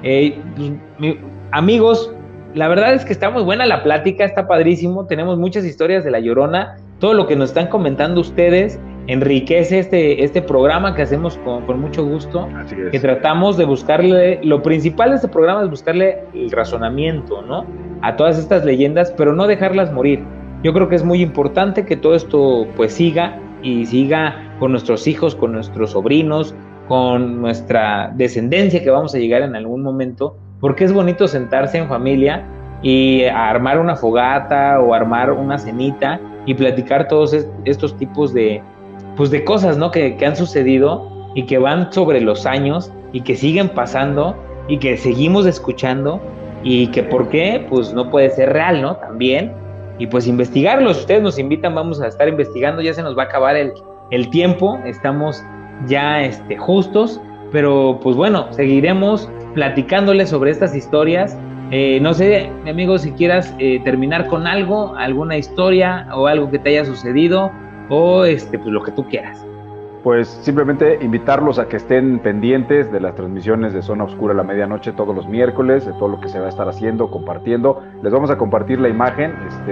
Amigos, la verdad es que está muy buena la plática, está padrísimo, tenemos muchas historias de La Llorona. Todo lo que nos están comentando ustedes enriquece este programa que hacemos con mucho gusto, que tratamos de buscarle, lo principal de este programa es buscarle el razonamiento, ¿no? A todas estas leyendas, pero no dejarlas morir. Yo creo que es muy importante que todo esto pues siga con nuestros hijos, con nuestros sobrinos, con nuestra descendencia que vamos a llegar en algún momento, porque es bonito sentarse en familia y armar una fogata o armar una cenita y platicar todos estos tipos de cosas, ¿no? que han sucedido y que van sobre los años y que siguen pasando y que seguimos escuchando y que por qué, pues no puede ser real, ¿no? También. y pues investigarlos. Ustedes nos invitan, vamos a estar investigando, ya se nos va a acabar el tiempo, estamos ya justos, pero pues bueno, seguiremos platicándoles sobre estas historias. No sé, mi amigo, si quieras terminar con algo, alguna historia o algo que te haya sucedido, o pues lo que tú quieras. Pues simplemente invitarlos a que estén pendientes de las transmisiones de Zona Oscura a la medianoche todos los miércoles, de todo lo que se va a estar haciendo, compartiendo. Les vamos a compartir la imagen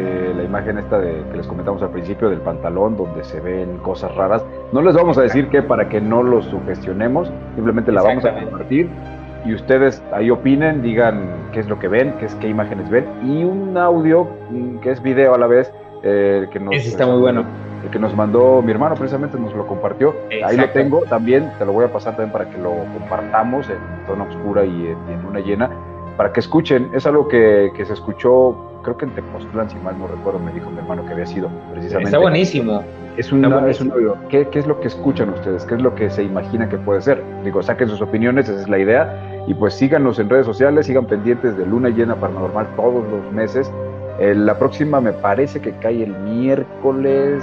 esta que les comentamos al principio del pantalón, donde se ven cosas raras. No les vamos a decir que para que no los sugestionemos, simplemente la vamos a compartir y ustedes ahí opinen, digan qué es lo que ven, qué imágenes ven, y un audio que es video a la vez, Ese está muy bueno. El que nos mandó mi hermano precisamente nos lo compartió. Exacto. Ahí lo tengo también, te lo voy a pasar también para que lo compartamos en Zona Oscura y en Luna Llena, para que escuchen. Es algo que se escuchó, creo que en Tepoztlán, si mal no recuerdo, me dijo mi hermano que había sido precisamente. Está buenísimo. Es un audio. ¿Qué es lo que escuchan ustedes? ¿Qué es lo que se imagina que puede ser? Digo, saquen sus opiniones, esa es la idea, y pues síganos en redes sociales, sigan pendientes de Luna Llena Paranormal todos los meses. La próxima me parece que cae el miércoles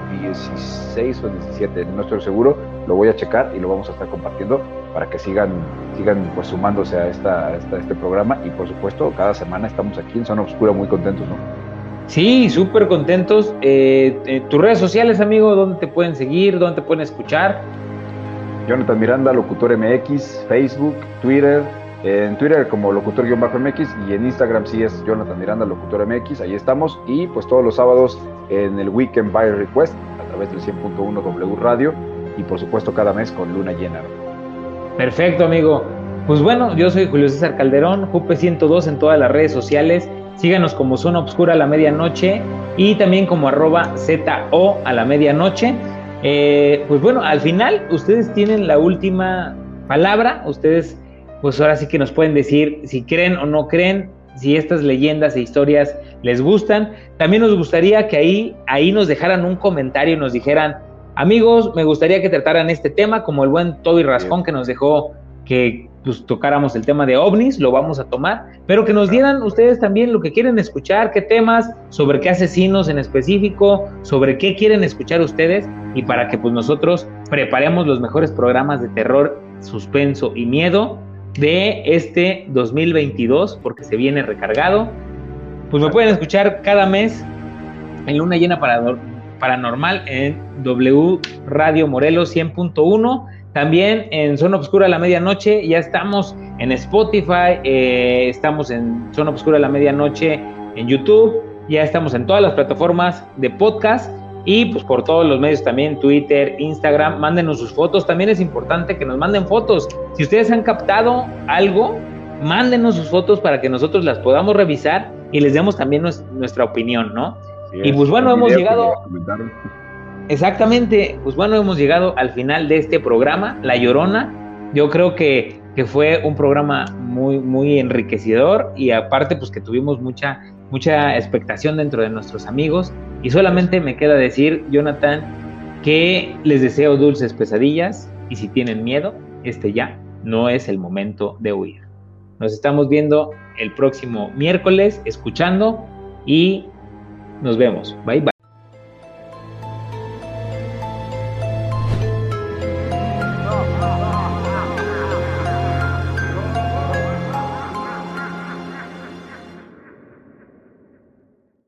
16 o 17, no estoy seguro, lo voy a checar y lo vamos a estar compartiendo para que sigan pues sumándose a este programa, y por supuesto cada semana estamos aquí en Zona Oscura muy contentos, ¿no? Sí, súper contentos. Tus redes sociales, amigo, ¿dónde te pueden seguir? ¿Dónde te pueden escuchar? Jonathan Miranda, Locutor MX, Facebook, Twitter. En Twitter como locutor-mx, y en Instagram sí es Jonathan Miranda, Locutor MX, ahí estamos, y pues todos los sábados en el Weekend by Request a través del 100.1 W Radio, y por supuesto cada mes con Luna Llena. Perfecto, amigo. Pues bueno, yo soy Julio César Calderón, Jupe 102 en todas las redes sociales. Síganos como Zona Oscura a la medianoche y también como @ZO a la medianoche. Pues bueno, al final ustedes tienen la última palabra. Ustedes pues ahora sí que nos pueden decir si creen o no creen, si estas leyendas e historias les gustan. También nos gustaría que ahí nos dejaran un comentario y nos dijeran, amigos, me gustaría que trataran este tema, como el buen Toby Rascón que nos dejó que pues tocáramos el tema de ovnis, lo vamos a tomar, pero que nos dieran ustedes también lo que quieren escuchar, qué temas, sobre qué asesinos en específico, sobre qué quieren escuchar ustedes, y para que pues nosotros preparemos los mejores programas de terror, suspenso y miedo de este 2022, porque se viene recargado. Pues me pueden escuchar cada mes en Luna Llena Paranormal en W Radio Morelos 100.1, también en Zona Oscura a la medianoche. Ya estamos en Spotify, estamos en Zona Oscura a la medianoche en YouTube, ya estamos en todas las plataformas de podcast, y pues por todos los medios también, Twitter, Instagram. Mándenos sus fotos, también es importante que nos manden fotos. Si ustedes han captado algo, mándenos sus fotos para que nosotros las podamos revisar y les demos también nuestra opinión, ¿no? Sí, y pues bueno, hemos llegado... Exactamente, pues bueno, hemos llegado al final de este programa, La Llorona. Yo creo que fue un programa muy, muy enriquecedor, y aparte pues que tuvimos mucha expectación dentro de nuestros amigos, y solamente me queda decir, Jonathan, que les deseo dulces pesadillas, y si tienen miedo, ya no es el momento de huir. Nos estamos viendo el próximo miércoles, escuchando, y nos vemos. Bye bye.